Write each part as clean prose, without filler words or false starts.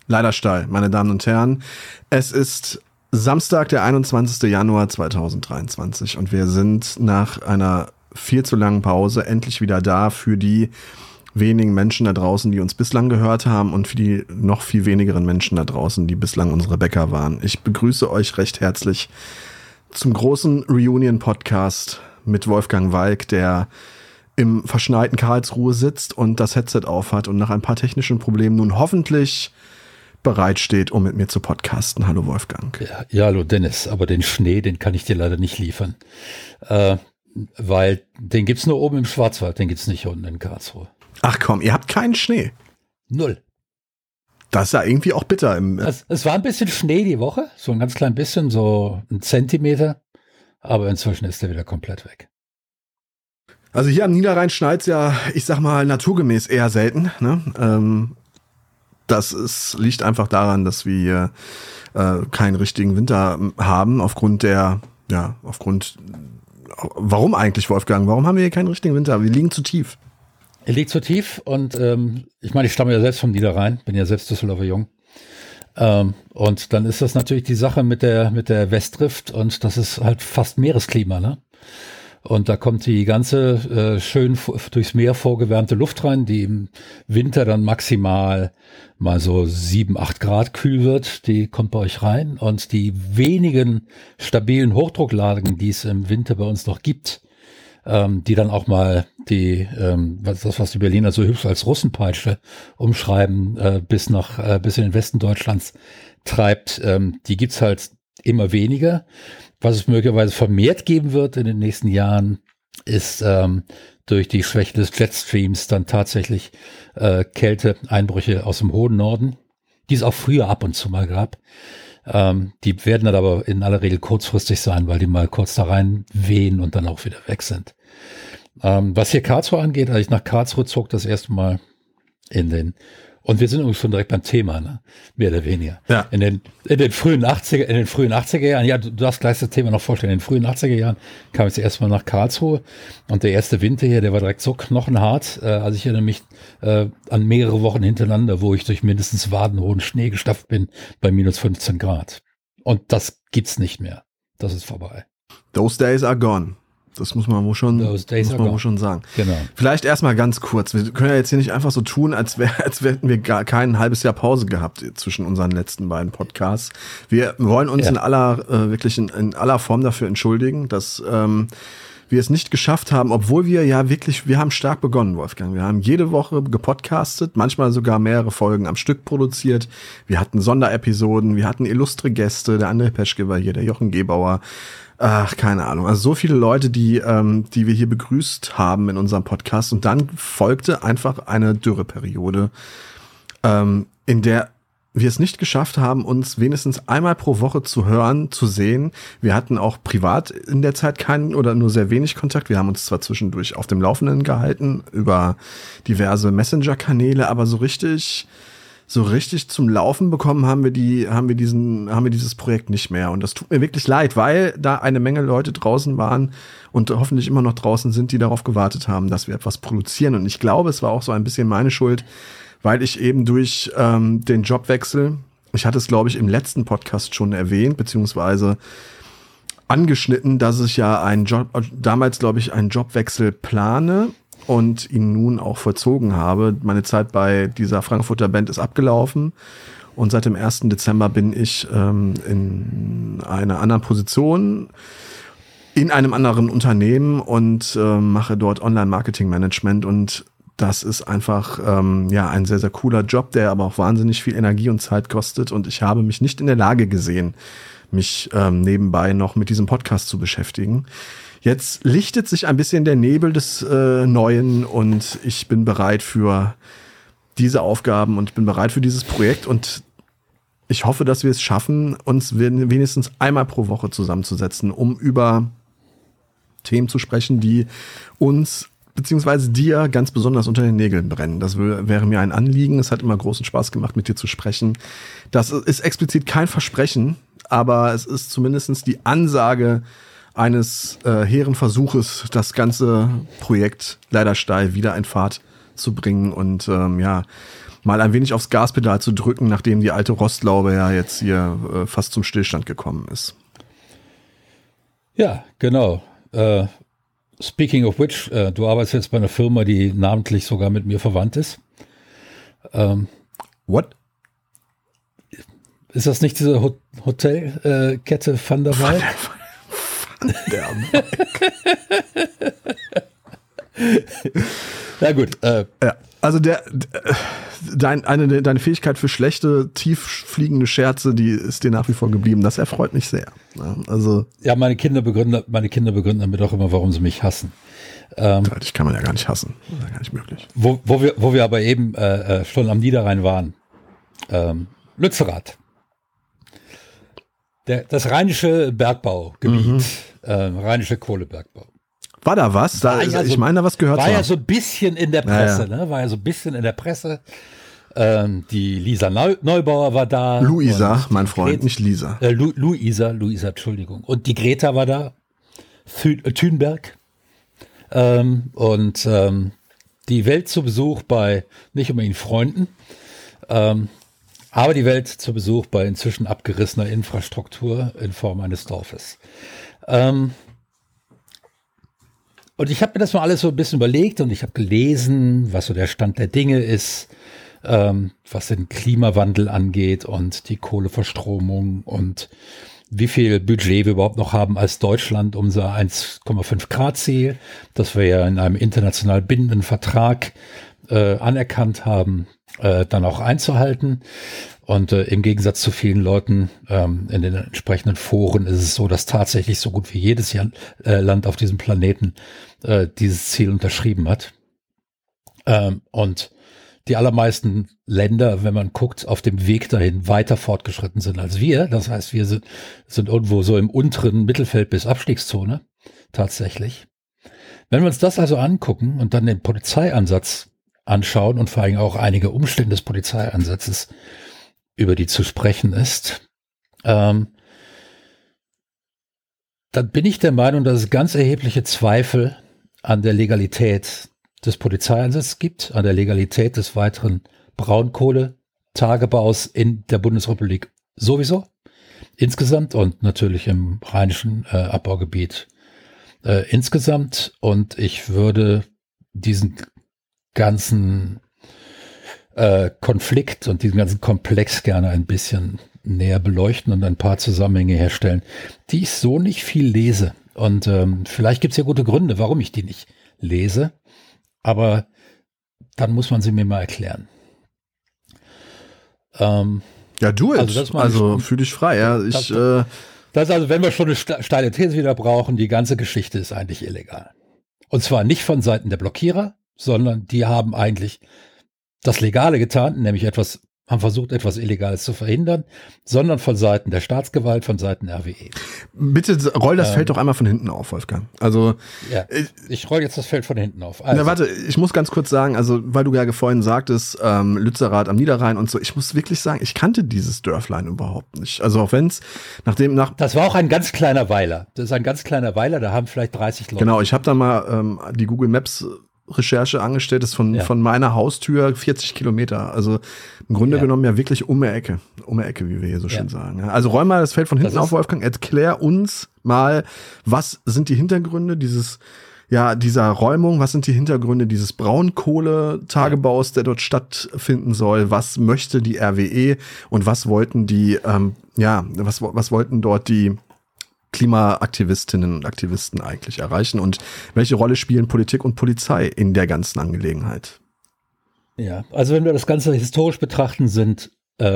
Leiderstall, meine Damen und Herren. Es ist Samstag, der 21. Januar 2023 und wir sind nach einer viel zu langen Pause endlich wieder da für die wenigen Menschen da draußen, die uns bislang gehört haben und für die noch viel wenigeren Menschen da draußen, die bislang unsere Bäcker waren. Ich begrüße euch recht herzlich zum großen Reunion-Podcast mit Wolfgang Walk, der im verschneiten Karlsruhe sitzt und das Headset aufhat und nach ein paar technischen Problemen nun hoffentlich bereit steht, um mit mir zu podcasten. Hallo Wolfgang. Ja, hallo Dennis, aber den Schnee, den kann ich dir leider nicht liefern, weil den gibt's nur oben im Schwarzwald, den gibt's nicht unten in Karlsruhe. Ach komm, ihr habt keinen Schnee? Null. Das ist ja irgendwie auch bitter. Es war ein bisschen Schnee die Woche, so ein ganz klein bisschen, so 1 Zentimeter, aber inzwischen ist der wieder komplett weg. Also hier am Niederrhein schneit's ja, ich sag mal, naturgemäß eher selten, ne? Liegt einfach daran, dass wir keinen richtigen Winter haben, warum eigentlich, Wolfgang? Warum haben wir hier keinen richtigen Winter? Wir liegen zu tief. Er liegt zu tief und ich meine, ich stamme ja selbst vom Niederrhein, bin ja selbst Düsseldorfer Jung. Und dann ist das natürlich die Sache mit der Westdrift und das ist halt fast Meeresklima, ne? Und da kommt die ganze schön durchs Meer vorgewärmte Luft rein, die im Winter dann maximal mal so 7, 8 Grad kühl wird. Die kommt bei euch rein. Und die wenigen stabilen Hochdrucklagen, die es im Winter bei uns noch gibt, die dann auch mal was die Berliner so hübsch als Russenpeitsche umschreiben, bis in den Westen Deutschlands treibt, die gibt's halt immer weniger. Was es möglicherweise vermehrt geben wird in den nächsten Jahren, ist durch die Schwäche des Jetstreams dann tatsächlich Kälteeinbrüche aus dem hohen Norden, die es auch früher ab und zu mal gab. Die werden dann aber in aller Regel kurzfristig sein, weil die mal kurz da rein wehen und dann auch wieder weg sind. Was hier Karlsruhe angeht, als ich nach Karlsruhe zog, das erste Mal und wir sind übrigens schon direkt beim Thema, ne? Mehr oder weniger. Ja. In den frühen 80er Jahren, ja, du darfst gleich das Thema noch vorstellen, in den frühen 80er Jahren kam ich das erste Mal nach Karlsruhe und der erste Winter hier, der war direkt so knochenhart, also ich erinnere mich an mehrere Wochen hintereinander, wo ich durch mindestens wadenhohen Schnee gestapft bin bei minus 15 Grad. Und das gibt's nicht mehr. Das ist vorbei. Those days are gone. Das muss man wohl schon sagen. Genau. Vielleicht erstmal ganz kurz. Wir können ja jetzt hier nicht einfach so tun, als hätten wir gar kein halbes Jahr Pause gehabt zwischen unseren letzten beiden Podcasts. Wir wollen uns in aller Form dafür entschuldigen, dass wir es nicht geschafft haben, obwohl wir haben stark begonnen, Wolfgang. Wir haben jede Woche gepodcastet, manchmal sogar mehrere Folgen am Stück produziert. Wir hatten Sonderepisoden, wir hatten illustre Gäste, der André Peschke war hier, der Jochen Gebauer. Ach, keine Ahnung. Also so viele Leute, die wir hier begrüßt haben in unserem Podcast. Und dann folgte einfach eine Dürreperiode, in der wir es nicht geschafft haben, uns wenigstens einmal pro Woche zu hören, zu sehen. Wir hatten auch privat in der Zeit keinen oder nur sehr wenig Kontakt. Wir haben uns zwar zwischendurch auf dem Laufenden gehalten über diverse Messenger-Kanäle, aber so richtig zum Laufen bekommen haben wir dieses Projekt nicht mehr. Und das tut mir wirklich leid, weil da eine Menge Leute draußen waren und hoffentlich immer noch draußen sind, die darauf gewartet haben, dass wir etwas produzieren. Und ich glaube, es war auch so ein bisschen meine Schuld, weil ich eben durch den Jobwechsel, ich hatte es, glaube ich, im letzten Podcast schon erwähnt, beziehungsweise angeschnitten, dass ich ja damals, glaube ich, einen Jobwechsel plane und ihn nun auch vollzogen habe. Meine Zeit bei dieser Frankfurter Band ist abgelaufen und seit dem 1. Dezember bin ich in einer anderen Position, in einem anderen Unternehmen und mache dort Online-Marketing-Management und das ist einfach ein sehr, sehr cooler Job, der aber auch wahnsinnig viel Energie und Zeit kostet und ich habe mich nicht in der Lage gesehen, mich nebenbei noch mit diesem Podcast zu beschäftigen. Jetzt lichtet sich ein bisschen der Nebel des Neuen und ich bin bereit für diese Aufgaben und ich bin bereit für dieses Projekt und ich hoffe, dass wir es schaffen, uns wenigstens einmal pro Woche zusammenzusetzen, um über Themen zu sprechen, die uns beziehungsweise dir ganz besonders unter den Nägeln brennen. Das wäre mir ein Anliegen. Es hat immer großen Spaß gemacht, mit dir zu sprechen. Das ist explizit kein Versprechen, aber es ist zumindest die Ansage eines hehren Versuches, das ganze Projekt Leiderstall wieder in Fahrt zu bringen und mal ein wenig aufs Gaspedal zu drücken, nachdem die alte Rostlaube ja jetzt hier fast zum Stillstand gekommen ist. Ja, genau. Speaking of which, du arbeitest jetzt bei einer Firma, die namentlich sogar mit mir verwandt ist. What? Ist das nicht diese Hotelkette Van der Weyck? Van der Weyck. Na gut. Ja, also deine Fähigkeit für schlechte, tief fliegende Scherze, die ist dir nach wie vor geblieben. Das erfreut mich sehr. Also ja, meine Kinder begründen damit auch immer, warum sie mich hassen. Ich kann man ja gar nicht hassen. Das ist ja gar nicht möglich. Wo wir aber eben schon am Niederrhein waren. Lützerath. Das rheinische Bergbaugebiet. Rheinische Kohlebergbau. War da was? Ich meine, da was gehört zu haben. War ja so ein bisschen in der Presse, ne? War ja so ein bisschen in der Presse. Die Lisa Neubauer war da. Luisa, mein Freund, nicht Lisa. Luisa, Entschuldigung. Und die Greta war da. Thünberg. Die Welt zu Besuch bei nicht unbedingt Freunden, aber die Welt zu Besuch bei inzwischen abgerissener Infrastruktur in Form eines Dorfes. Und ich habe mir das mal alles so ein bisschen überlegt und ich habe gelesen, was so der Stand der Dinge ist, was den Klimawandel angeht und die Kohleverstromung und wie viel Budget wir überhaupt noch haben als Deutschland, um unser 1,5 Grad Ziel, das wir ja in einem international bindenden Vertrag anerkannt haben, dann auch einzuhalten. Und im Gegensatz zu vielen Leuten in den entsprechenden Foren ist es so, dass tatsächlich so gut wie jedes Land auf diesem Planeten dieses Ziel unterschrieben hat. Und die allermeisten Länder, wenn man guckt, auf dem Weg dahin weiter fortgeschritten sind als wir. Das heißt, wir sind irgendwo so im unteren Mittelfeld bis Abstiegszone tatsächlich. Wenn wir uns das also angucken und dann den Polizeieinsatz anschauen und vor allem auch einige Umstände des Polizeieinsatzes, über die zu sprechen ist, dann bin ich der Meinung, dass es ganz erhebliche Zweifel an der Legalität des Polizeieinsatzes gibt, an der Legalität des weiteren Braunkohletagebaus in der Bundesrepublik sowieso, insgesamt und natürlich im rheinischen Abbaugebiet insgesamt. Und ich würde diesen ganzen Konflikt und diesen ganzen Komplex gerne ein bisschen näher beleuchten und ein paar Zusammenhänge herstellen, die ich so nicht viel lese. Und vielleicht gibt es ja gute Gründe, warum ich die nicht lese, aber dann muss man sie mir mal erklären. Ja, do it. Also fühl dich frei. Ja, also, wenn wir schon eine steile These wieder brauchen, die ganze Geschichte ist eigentlich illegal. Und zwar nicht von Seiten der Blockierer, sondern die haben eigentlich das Legale getan, nämlich haben versucht, etwas Illegales zu verhindern, sondern von Seiten der Staatsgewalt, von Seiten RWE. Bitte roll das Feld doch einmal von hinten auf, Wolfgang. Also ja, ich roll jetzt das Feld von hinten auf. Also. Na, warte, ich muss ganz kurz sagen, also weil du ja vorhin sagtest, Lützerath am Niederrhein und so, ich muss wirklich sagen, ich kannte dieses Dörflein überhaupt nicht. Also auch wenn es Das war auch ein ganz kleiner Weiler. Das ist ein ganz kleiner Weiler, da haben vielleicht 30 Leute. Genau, ich habe da mal die Google Maps Recherche angestellt, ist von meiner Haustür 40 Kilometer. Also im Grunde genommen ja wirklich um die Ecke, wie wir hier so schön sagen. Also räum mal das Feld von hinten auf, Wolfgang. Erklär uns mal, was sind die Hintergründe dieser Räumung? Was sind die Hintergründe dieses Braunkohletagebaus, der dort stattfinden soll? Was möchte die RWE und was wollten was wollten dort die Klimaaktivistinnen und Aktivisten eigentlich erreichen und welche Rolle spielen Politik und Polizei in der ganzen Angelegenheit? Ja, also wenn wir das Ganze historisch betrachten, sind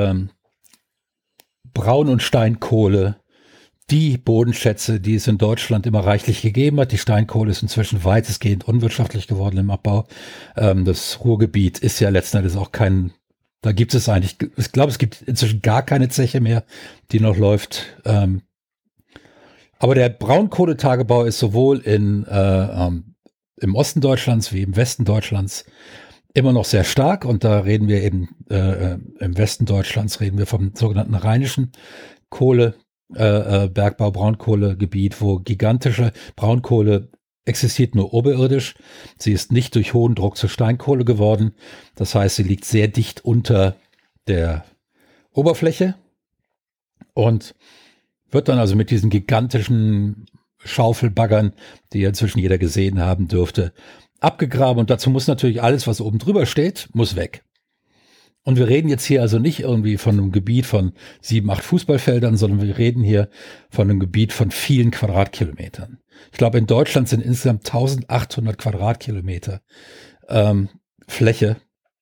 Braun- und Steinkohle die Bodenschätze, die es in Deutschland immer reichlich gegeben hat. Die Steinkohle ist inzwischen weitestgehend unwirtschaftlich geworden im Abbau. Das Ruhrgebiet ist ja letzten Endes auch da gibt es eigentlich, ich glaube, es gibt inzwischen gar keine Zeche mehr, die noch läuft. Aber der Braunkohletagebau ist sowohl im Osten Deutschlands wie im Westen Deutschlands immer noch sehr stark. Und da reden wir eben im Westen Deutschlands reden wir vom sogenannten rheinischen Bergbau, Braunkohlegebiet, wo gigantische Braunkohle existiert nur oberirdisch. Sie ist nicht durch hohen Druck zur Steinkohle geworden. Das heißt, sie liegt sehr dicht unter der Oberfläche und wird dann also mit diesen gigantischen Schaufelbaggern, die inzwischen jeder gesehen haben dürfte, abgegraben. Und dazu muss natürlich alles, was oben drüber steht, muss weg. Und wir reden jetzt hier also nicht irgendwie von einem Gebiet von 7, 8 Fußballfeldern, sondern wir reden hier von einem Gebiet von vielen Quadratkilometern. Ich glaube, in Deutschland sind insgesamt 1800 Quadratkilometer Fläche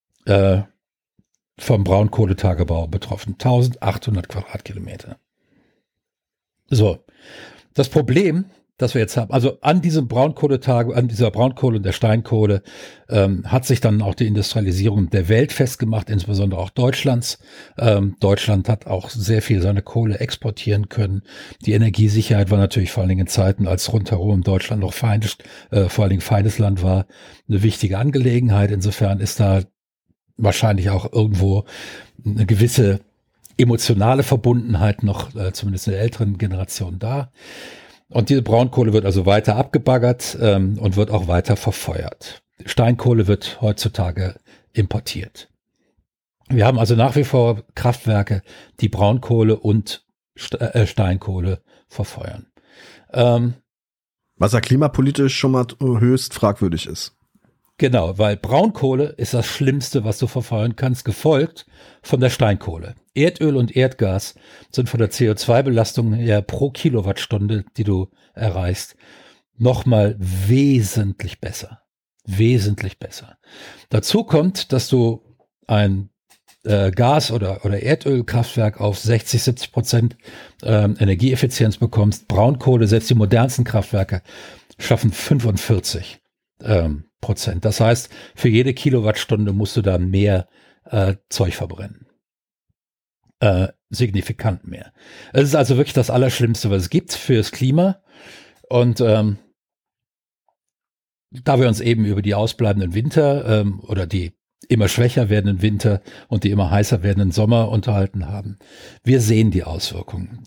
vom Braunkohletagebau betroffen. 1800 Quadratkilometer. So, das Problem, das wir jetzt haben, also an diesem an dieser Braunkohle und der Steinkohle hat sich dann auch die Industrialisierung der Welt festgemacht, insbesondere auch Deutschlands. Deutschland hat auch sehr viel seine Kohle exportieren können. Die Energiesicherheit war natürlich vor allen Dingen in Zeiten, als rundherum Deutschland noch vor allen Dingen feindes Land war, eine wichtige Angelegenheit. Insofern ist da wahrscheinlich auch irgendwo eine gewisse emotionale Verbundenheit noch, zumindest in der älteren Generation da. Und diese Braunkohle wird also weiter abgebaggert und wird auch weiter verfeuert. Steinkohle wird heutzutage importiert. Wir haben also nach wie vor Kraftwerke, die Braunkohle und Steinkohle verfeuern. Was ja klimapolitisch schon mal höchst fragwürdig ist. Genau, weil Braunkohle ist das Schlimmste, was du verfeuern kannst, gefolgt von der Steinkohle. Erdöl und Erdgas sind von der CO2-Belastung her pro Kilowattstunde, die du erreichst, nochmal wesentlich besser. Wesentlich besser. Dazu kommt, dass du ein Gas- oder Erdölkraftwerk auf 60-70% Energieeffizienz bekommst. Braunkohle, selbst die modernsten Kraftwerke, schaffen 45%. Das heißt, für jede Kilowattstunde musst du da mehr Zeug verbrennen. Signifikant mehr. Es ist also wirklich das Allerschlimmste, was es gibt fürs Klima. Und da wir uns eben über die ausbleibenden Winter oder die immer schwächer werdenden Winter und die immer heißer werdenden Sommer unterhalten haben, wir sehen die Auswirkungen.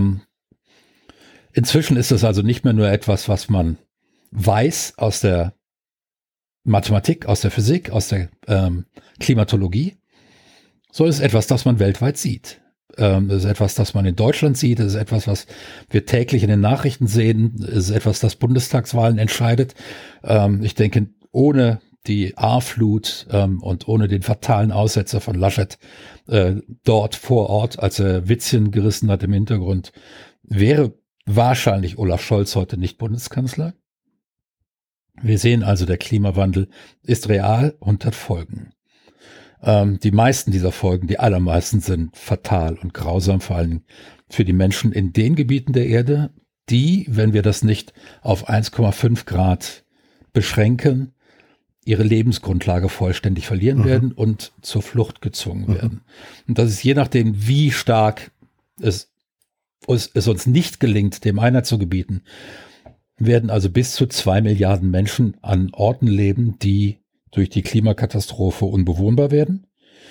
Inzwischen ist es also nicht mehr nur etwas, was man weiß aus der Mathematik, aus der Physik, aus der Klimatologie, so ist es etwas, das man weltweit sieht. Das ist etwas, das man in Deutschland sieht, das ist etwas, was wir täglich in den Nachrichten sehen, das ist etwas, das Bundestagswahlen entscheidet. Ich denke, ohne die A-Flut und ohne den fatalen Aussetzer von Laschet dort vor Ort, als er Witzchen gerissen hat im Hintergrund, wäre wahrscheinlich Olaf Scholz heute nicht Bundeskanzler. Wir sehen also, der Klimawandel ist real und hat Folgen. Die meisten dieser Folgen, die allermeisten, sind fatal und grausam, vor allem für die Menschen in den Gebieten der Erde, die, wenn wir das nicht auf 1,5 Grad beschränken, ihre Lebensgrundlage vollständig verlieren werden und zur Flucht gezwungen werden. Und das ist je nachdem, wie stark es uns nicht gelingt, dem Einhalt zu gebieten, werden also bis zu 2 Milliarden Menschen an Orten leben, die durch die Klimakatastrophe unbewohnbar werden.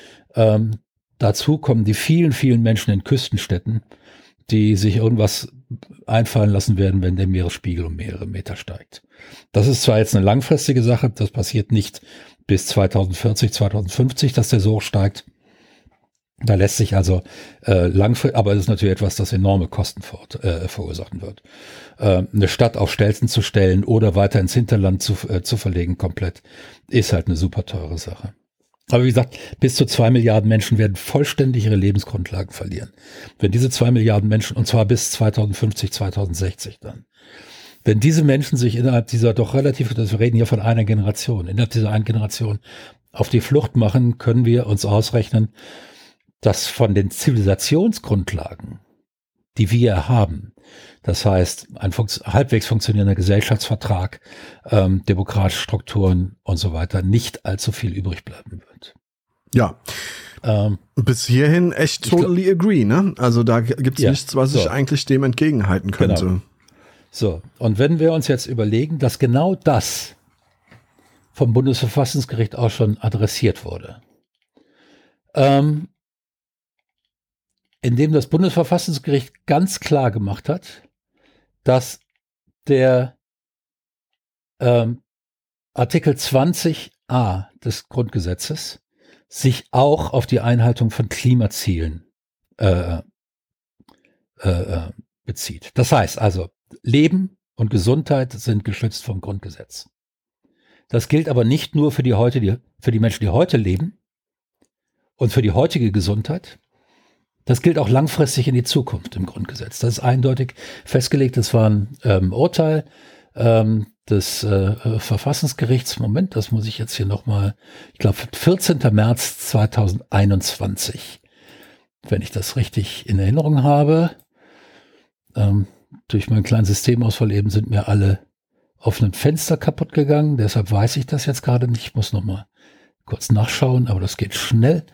Dazu kommen die vielen, vielen Menschen in Küstenstädten, die sich irgendwas einfallen lassen werden, wenn der Meeresspiegel um mehrere Meter steigt. Das ist zwar jetzt eine langfristige Sache, das passiert nicht bis 2040, 2050, dass der so hoch steigt. Da lässt sich also langfristig, aber es ist natürlich etwas, das enorme Kosten verursachen wird. Eine Stadt auf Stelzen zu stellen oder weiter ins Hinterland zu verlegen komplett, ist halt eine super teure Sache. Aber wie gesagt, bis zu 2 Milliarden Menschen werden vollständig ihre Lebensgrundlagen verlieren. Wenn diese 2 Milliarden Menschen, und zwar bis 2050, 2060 dann, wenn diese Menschen sich innerhalb dieser doch relativ, wir reden hier von einer Generation, innerhalb dieser einen Generation auf die Flucht machen, können wir uns ausrechnen, dass von den Zivilisationsgrundlagen, die wir haben, das heißt ein halbwegs funktionierender Gesellschaftsvertrag, demokratische Strukturen und so weiter, nicht allzu viel übrig bleiben wird. Ja, bis hierhin echt totally agree, ne? Also da gibt's nichts, was ich eigentlich dem entgegenhalten könnte. Genau. So, und wenn wir uns jetzt überlegen, dass genau das vom Bundesverfassungsgericht auch schon adressiert wurde, indem das Bundesverfassungsgericht ganz klar gemacht hat, dass der Artikel 20a des Grundgesetzes sich auch auf die Einhaltung von Klimazielen bezieht. Das heißt also, Leben und Gesundheit sind geschützt vom Grundgesetz. Das gilt aber nicht nur für die Menschen, die heute leben und für die heutige Gesundheit. Das gilt auch langfristig in die Zukunft im Grundgesetz. Das ist eindeutig festgelegt. Das war ein Urteil des Verfassungsgerichts. Moment, das muss ich jetzt hier nochmal, ich glaube 14. März 2021, wenn ich das richtig in Erinnerung habe. Durch meinen kleinen Systemausfall eben sind mir alle offenen Fenster kaputt gegangen. Deshalb weiß ich das jetzt gerade nicht. Ich muss nochmal kurz nachschauen, aber das geht schnell.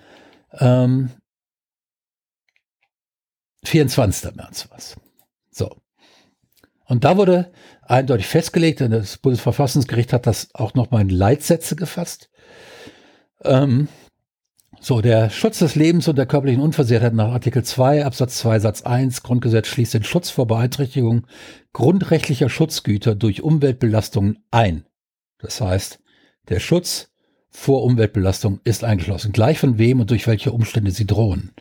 24. März war es. So. Und da wurde eindeutig festgelegt, und das Bundesverfassungsgericht hat das auch nochmal in Leitsätze gefasst. Der Schutz des Lebens und der körperlichen Unversehrtheit nach Artikel 2 Absatz 2 Satz 1 Grundgesetz schließt den Schutz vor Beeinträchtigung grundrechtlicher Schutzgüter durch Umweltbelastungen ein. Das heißt, der Schutz vor Umweltbelastung ist eingeschlossen, gleich von wem und durch welche Umstände sie drohen.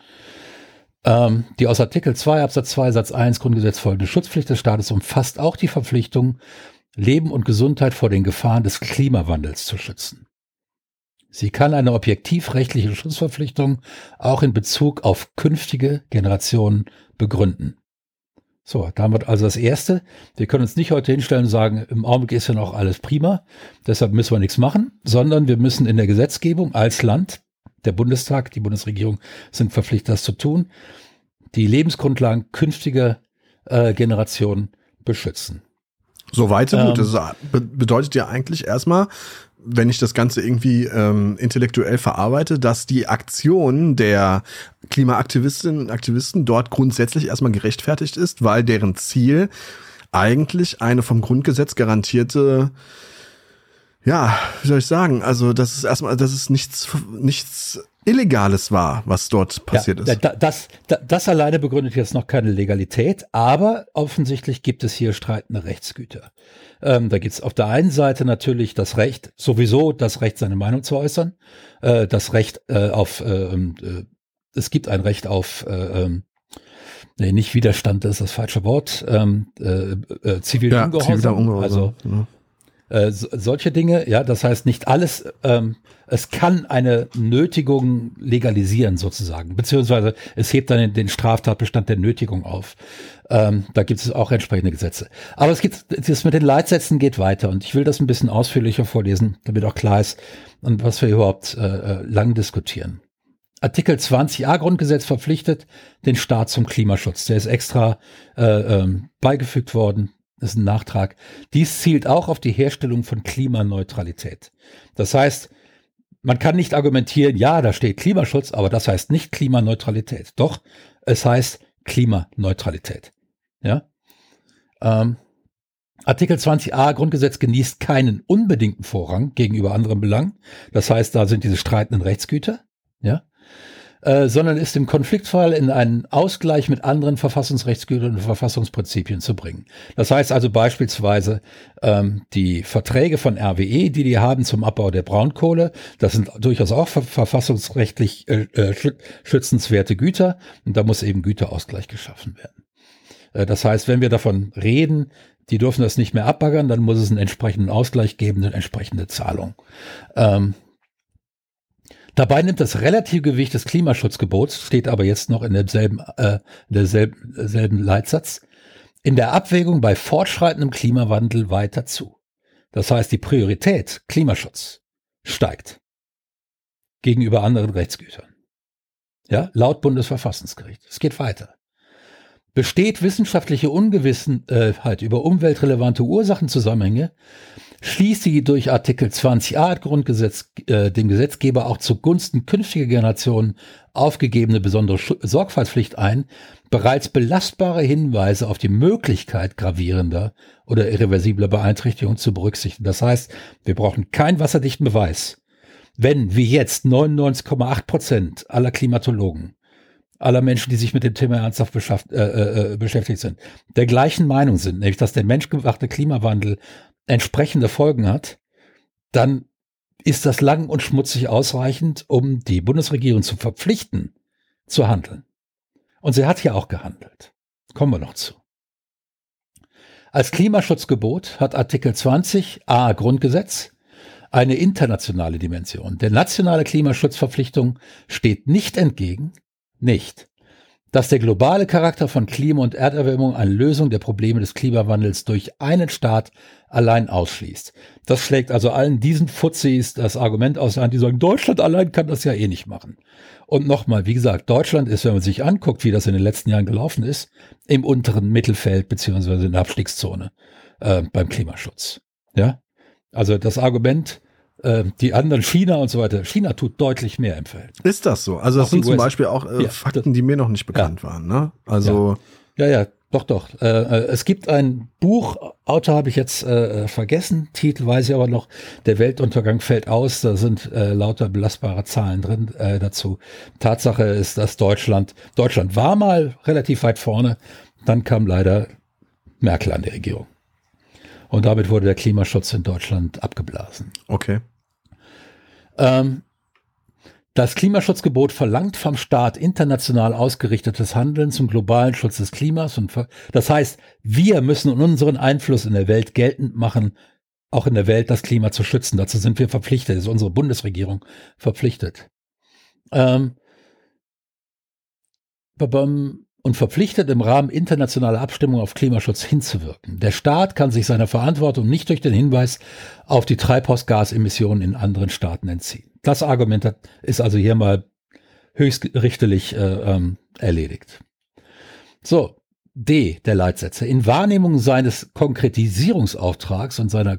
Die aus Artikel 2 Absatz 2 Satz 1 Grundgesetz folgende Schutzpflicht des Staates umfasst auch die Verpflichtung, Leben und Gesundheit vor den Gefahren des Klimawandels zu schützen. Sie kann eine objektivrechtliche Schutzverpflichtung auch in Bezug auf künftige Generationen begründen. So, damit also das Erste. Wir können uns nicht heute hinstellen und sagen, im Augenblick ist ja noch alles prima, deshalb müssen wir nichts machen, sondern wir müssen in der Gesetzgebung als Land, der Bundestag, die Bundesregierung sind verpflichtet, das zu tun, die Lebensgrundlagen künftiger Generationen beschützen. Soweit so gut. Das bedeutet ja eigentlich erstmal, wenn ich das Ganze irgendwie intellektuell verarbeite, dass die Aktion der Klimaaktivistinnen und Aktivisten dort grundsätzlich erstmal gerechtfertigt ist, weil deren Ziel eigentlich eine vom Grundgesetz garantierte, ja, wie soll ich sagen, also dass es nichts Illegales war, was dort passiert ist. Das alleine begründet jetzt noch keine Legalität, aber offensichtlich gibt es hier streitende Rechtsgüter. Da gibt es auf der einen Seite natürlich das Recht, seine Meinung zu äußern, das Recht es gibt ein Recht auf, nicht Widerstand, das ist das falsche Wort, zivilen Ungehorsam, also genau. Solche Dinge, ja, das heißt nicht alles, es kann eine Nötigung legalisieren sozusagen, beziehungsweise es hebt dann den Straftatbestand der Nötigung auf. Da gibt es auch entsprechende Gesetze. Aber das mit den Leitsätzen geht weiter und ich will das ein bisschen ausführlicher vorlesen, damit auch klar ist, an was wir überhaupt lang diskutieren. Artikel 20a Grundgesetz verpflichtet den Staat zum Klimaschutz. Der ist extra beigefügt worden. Das ist ein Nachtrag. Dies zielt auch auf die Herstellung von Klimaneutralität. Das heißt, man kann nicht argumentieren, ja, da steht Klimaschutz, aber das heißt nicht Klimaneutralität. Doch, es heißt Klimaneutralität. Ja? Artikel 20a Grundgesetz genießt keinen unbedingten Vorrang gegenüber anderen Belangen. Das heißt, da sind diese streitenden Rechtsgüter. Ja? Sondern ist im Konfliktfall in einen Ausgleich mit anderen Verfassungsrechtsgütern und Verfassungsprinzipien zu bringen. Das heißt also beispielsweise die Verträge von RWE, die haben zum Abbau der Braunkohle, das sind durchaus auch verfassungsrechtlich schützenswerte Güter und da muss eben Güterausgleich geschaffen werden. Das heißt, wenn wir davon reden, die dürfen das nicht mehr abbaggern, dann muss es einen entsprechenden Ausgleich geben, eine entsprechende Zahlung. Dabei nimmt das relative Gewicht des Klimaschutzgebots, steht aber jetzt noch in demselben Leitsatz, in der Abwägung bei fortschreitendem Klimawandel weiter zu. Das heißt, die Priorität Klimaschutz steigt gegenüber anderen Rechtsgütern. Ja, laut Bundesverfassungsgericht. Es geht weiter. Besteht wissenschaftliche Ungewissenheit über umweltrelevante Ursachenzusammenhänge, schließt sie durch Artikel 20a Grundgesetz dem Gesetzgeber auch zugunsten künftiger Generationen aufgegebene besondere Sorgfaltspflicht ein, bereits belastbare Hinweise auf die Möglichkeit gravierender oder irreversibler Beeinträchtigung zu berücksichtigen. Das heißt, wir brauchen keinen wasserdichten Beweis. Wenn, wie jetzt, 99,8% aller Klimatologen, aller Menschen, die sich mit dem Thema ernsthaft beschäftigt sind, der gleichen Meinung sind, nämlich dass der menschgemachte Klimawandel entsprechende Folgen hat, dann ist das lang und schmutzig ausreichend, um die Bundesregierung zu verpflichten, zu handeln. Und sie hat ja auch gehandelt. Kommen wir noch zu. Als Klimaschutzgebot hat Artikel 20a Grundgesetz eine internationale Dimension. Der nationale Klimaschutzverpflichtung steht nicht entgegen, dass der globale Charakter von Klima- und Erderwärmung eine Lösung der Probleme des Klimawandels durch einen Staat allein ausschließt. Das schlägt also allen diesen Fuzis das Argument aus der Hand, die sagen, Deutschland allein kann das ja eh nicht machen. Und nochmal, wie gesagt, Deutschland ist, wenn man sich anguckt, wie das in den letzten Jahren gelaufen ist, im unteren Mittelfeld beziehungsweise in der Abstiegszone beim Klimaschutz. Ja, also das Argument, die anderen, China und so weiter, China tut deutlich mehr im Feld. Ist das so? Also das sind zum Beispiel auch Fakten, die mir noch nicht bekannt waren. Ne? Also ja, doch. Es gibt ein Buch, Autor habe ich jetzt vergessen, Titel weiß ich aber noch, Der Weltuntergang fällt aus, da sind lauter belastbare Zahlen drin dazu. Tatsache ist, dass Deutschland war mal relativ weit vorne, dann kam leider Merkel an die Regierung. Und damit wurde der Klimaschutz in Deutschland abgeblasen. Okay. Das Klimaschutzgebot verlangt vom Staat international ausgerichtetes Handeln zum globalen Schutz des Klimas. Das heißt, wir müssen unseren Einfluss in der Welt geltend machen, auch in der Welt das Klima zu schützen. Dazu sind wir verpflichtet, ist unsere Bundesregierung verpflichtet. Und verpflichtet, im Rahmen internationaler Abstimmung auf Klimaschutz hinzuwirken. Der Staat kann sich seiner Verantwortung nicht durch den Hinweis auf die Treibhausgasemissionen in anderen Staaten entziehen. Das Argument ist also hier mal höchstrichterlich erledigt. So, D der Leitsätze. In Wahrnehmung seines Konkretisierungsauftrags und seiner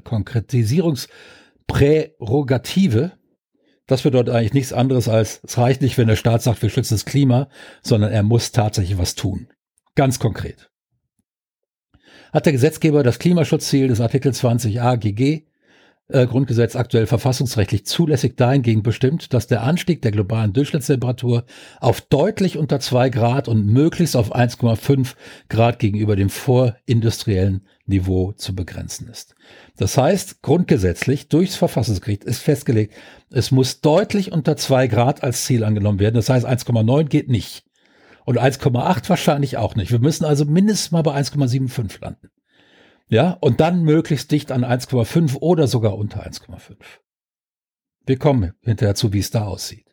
Konkretisierungsprärogative, das bedeutet eigentlich nichts anderes als, es reicht nicht, wenn der Staat sagt, wir schützen das Klima, sondern er muss tatsächlich was tun. Ganz konkret. Hat der Gesetzgeber das Klimaschutzziel des Artikel 20a GG Grundgesetz aktuell verfassungsrechtlich zulässig dahingehend bestimmt, dass der Anstieg der globalen Durchschnittstemperatur auf deutlich unter 2 Grad und möglichst auf 1,5 Grad gegenüber dem vorindustriellen Niveau zu begrenzen ist. Das heißt, grundgesetzlich durchs Verfassungsgericht ist festgelegt, es muss deutlich unter 2 Grad als Ziel angenommen werden. Das heißt, 1,9 geht nicht. Und 1,8 wahrscheinlich auch nicht. Wir müssen also mindestens mal bei 1,75 landen. Ja, und dann möglichst dicht an 1,5 oder sogar unter 1,5. Wir kommen hinterher zu, wie es da aussieht.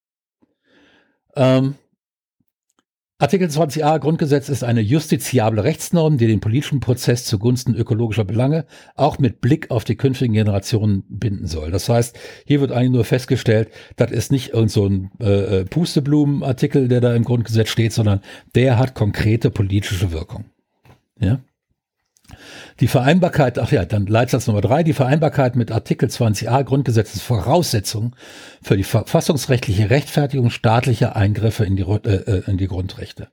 Artikel 20a Grundgesetz ist eine justiziable Rechtsnorm, die den politischen Prozess zugunsten ökologischer Belange auch mit Blick auf die künftigen Generationen binden soll. Das heißt, hier wird eigentlich nur festgestellt, das ist nicht irgend so ein Pusteblumenartikel, der da im Grundgesetz steht, sondern der hat konkrete politische Wirkung. Ja? Die Vereinbarkeit, dann Leitsatz Nummer 3, die Vereinbarkeit mit Artikel 20a Grundgesetz ist Voraussetzung für die verfassungsrechtliche Rechtfertigung staatlicher Eingriffe in die Grundrechte.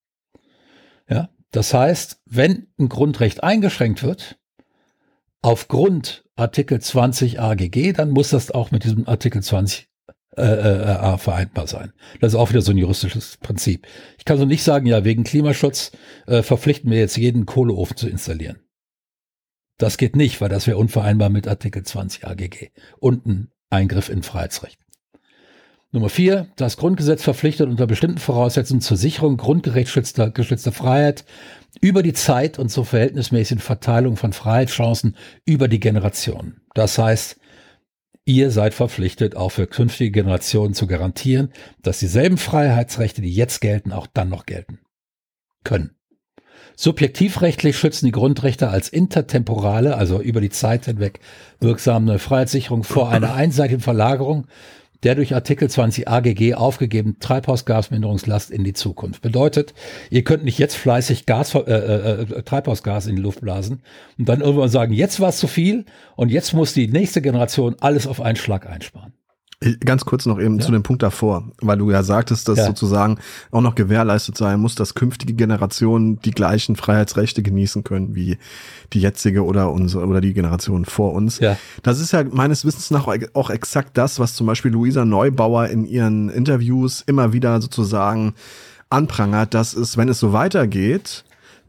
Ja, das heißt, wenn ein Grundrecht eingeschränkt wird, aufgrund Artikel 20 AGG, dann muss das auch mit diesem Artikel 20 A vereinbar sein. Das ist auch wieder so ein juristisches Prinzip. Ich kann so nicht sagen, ja, wegen Klimaschutz verpflichten wir jetzt jeden Kohleofen zu installieren. Das geht nicht, weil das wäre unvereinbar mit Artikel 20 AGG und ein Eingriff in Freiheitsrechte. Nummer 4, das Grundgesetz verpflichtet unter bestimmten Voraussetzungen zur Sicherung grundgeschützter Freiheit über die Zeit und zur verhältnismäßigen Verteilung von Freiheitschancen über die Generationen. Das heißt, ihr seid verpflichtet, auch für künftige Generationen zu garantieren, dass dieselben Freiheitsrechte, die jetzt gelten, auch dann noch gelten können. Subjektivrechtlich schützen die Grundrechte als intertemporale, also über die Zeit hinweg wirksame Freiheitssicherung vor einer einseitigen Verlagerung der durch Artikel 20 AGG aufgegebenen Treibhausgasminderungslast in die Zukunft. Bedeutet, ihr könnt nicht jetzt fleißig Treibhausgas in die Luft blasen und dann irgendwann sagen, jetzt war es zu viel und jetzt muss die nächste Generation alles auf einen Schlag einsparen. Ganz kurz noch eben zu dem Punkt davor, weil du ja sagtest, dass sozusagen auch noch gewährleistet sein muss, dass künftige Generationen die gleichen Freiheitsrechte genießen können wie die jetzige oder die Generation vor uns. Ja. Das ist ja meines Wissens nach auch exakt das, was zum Beispiel Luisa Neubauer in ihren Interviews immer wieder sozusagen anprangert, dass es, wenn es so weitergeht,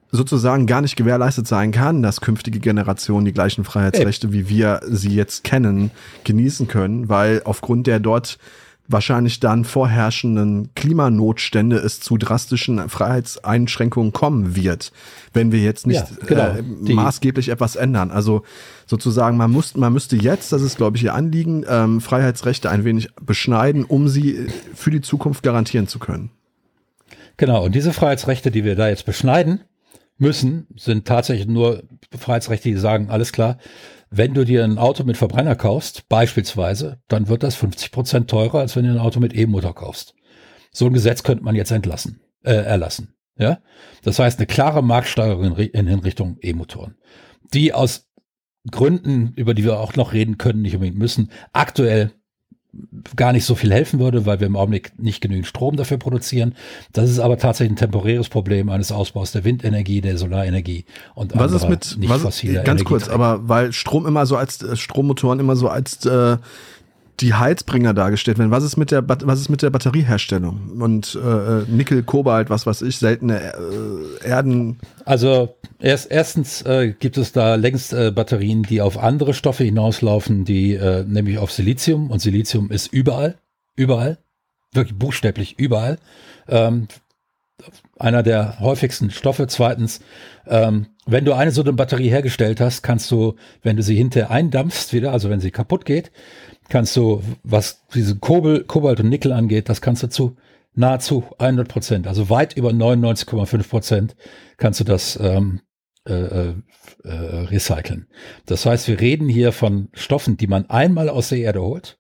sozusagen gar nicht gewährleistet sein kann, dass künftige Generationen die gleichen Freiheitsrechte, wie wir sie jetzt kennen, genießen können, weil aufgrund der dort wahrscheinlich dann vorherrschenden Klimanotstände es zu drastischen Freiheitseinschränkungen kommen wird, wenn wir jetzt nicht maßgeblich etwas ändern. Also sozusagen, man müsste jetzt, das ist glaube ich Ihr Anliegen, Freiheitsrechte ein wenig beschneiden, um sie für die Zukunft garantieren zu können. Genau, und diese Freiheitsrechte, die wir da jetzt beschneiden müssen, sind tatsächlich nur Freiheitsrechte, die sagen, alles klar, wenn du dir ein Auto mit Verbrenner kaufst, beispielsweise, dann wird das 50% teurer, als wenn du ein Auto mit E-Motor kaufst. So ein Gesetz könnte man jetzt erlassen. Ja? Das heißt, eine klare Marktsteuerung in Richtung E-Motoren, die aus Gründen, über die wir auch noch reden können, nicht unbedingt müssen, aktuell gar nicht so viel helfen würde, weil wir im Augenblick nicht genügend Strom dafür produzieren. Das ist aber tatsächlich ein temporäres Problem eines Ausbaus der Windenergie, der Solarenergie und was ist mit nicht fossiler ganz kurz, aber weil Strommotoren immer so als die Heizbringer dargestellt werden. Was ist mit der Batterieherstellung und Nickel, Kobalt, was weiß ich, seltene Erden? Also erstens gibt es da längst Batterien, die auf andere Stoffe hinauslaufen, die nämlich auf Silizium, und Silizium ist überall, wirklich buchstäblich überall. Einer der häufigsten Stoffe. Zweitens, wenn du eine so eine Batterie hergestellt hast, kannst du, wenn du sie hinterher eindampfst wieder, also wenn sie kaputt geht, kannst du, was diese Kobalt und Nickel angeht, das kannst du zu nahezu 100%, also weit über 99,5% kannst du das recyceln. Das heißt, wir reden hier von Stoffen, die man einmal aus der Erde holt,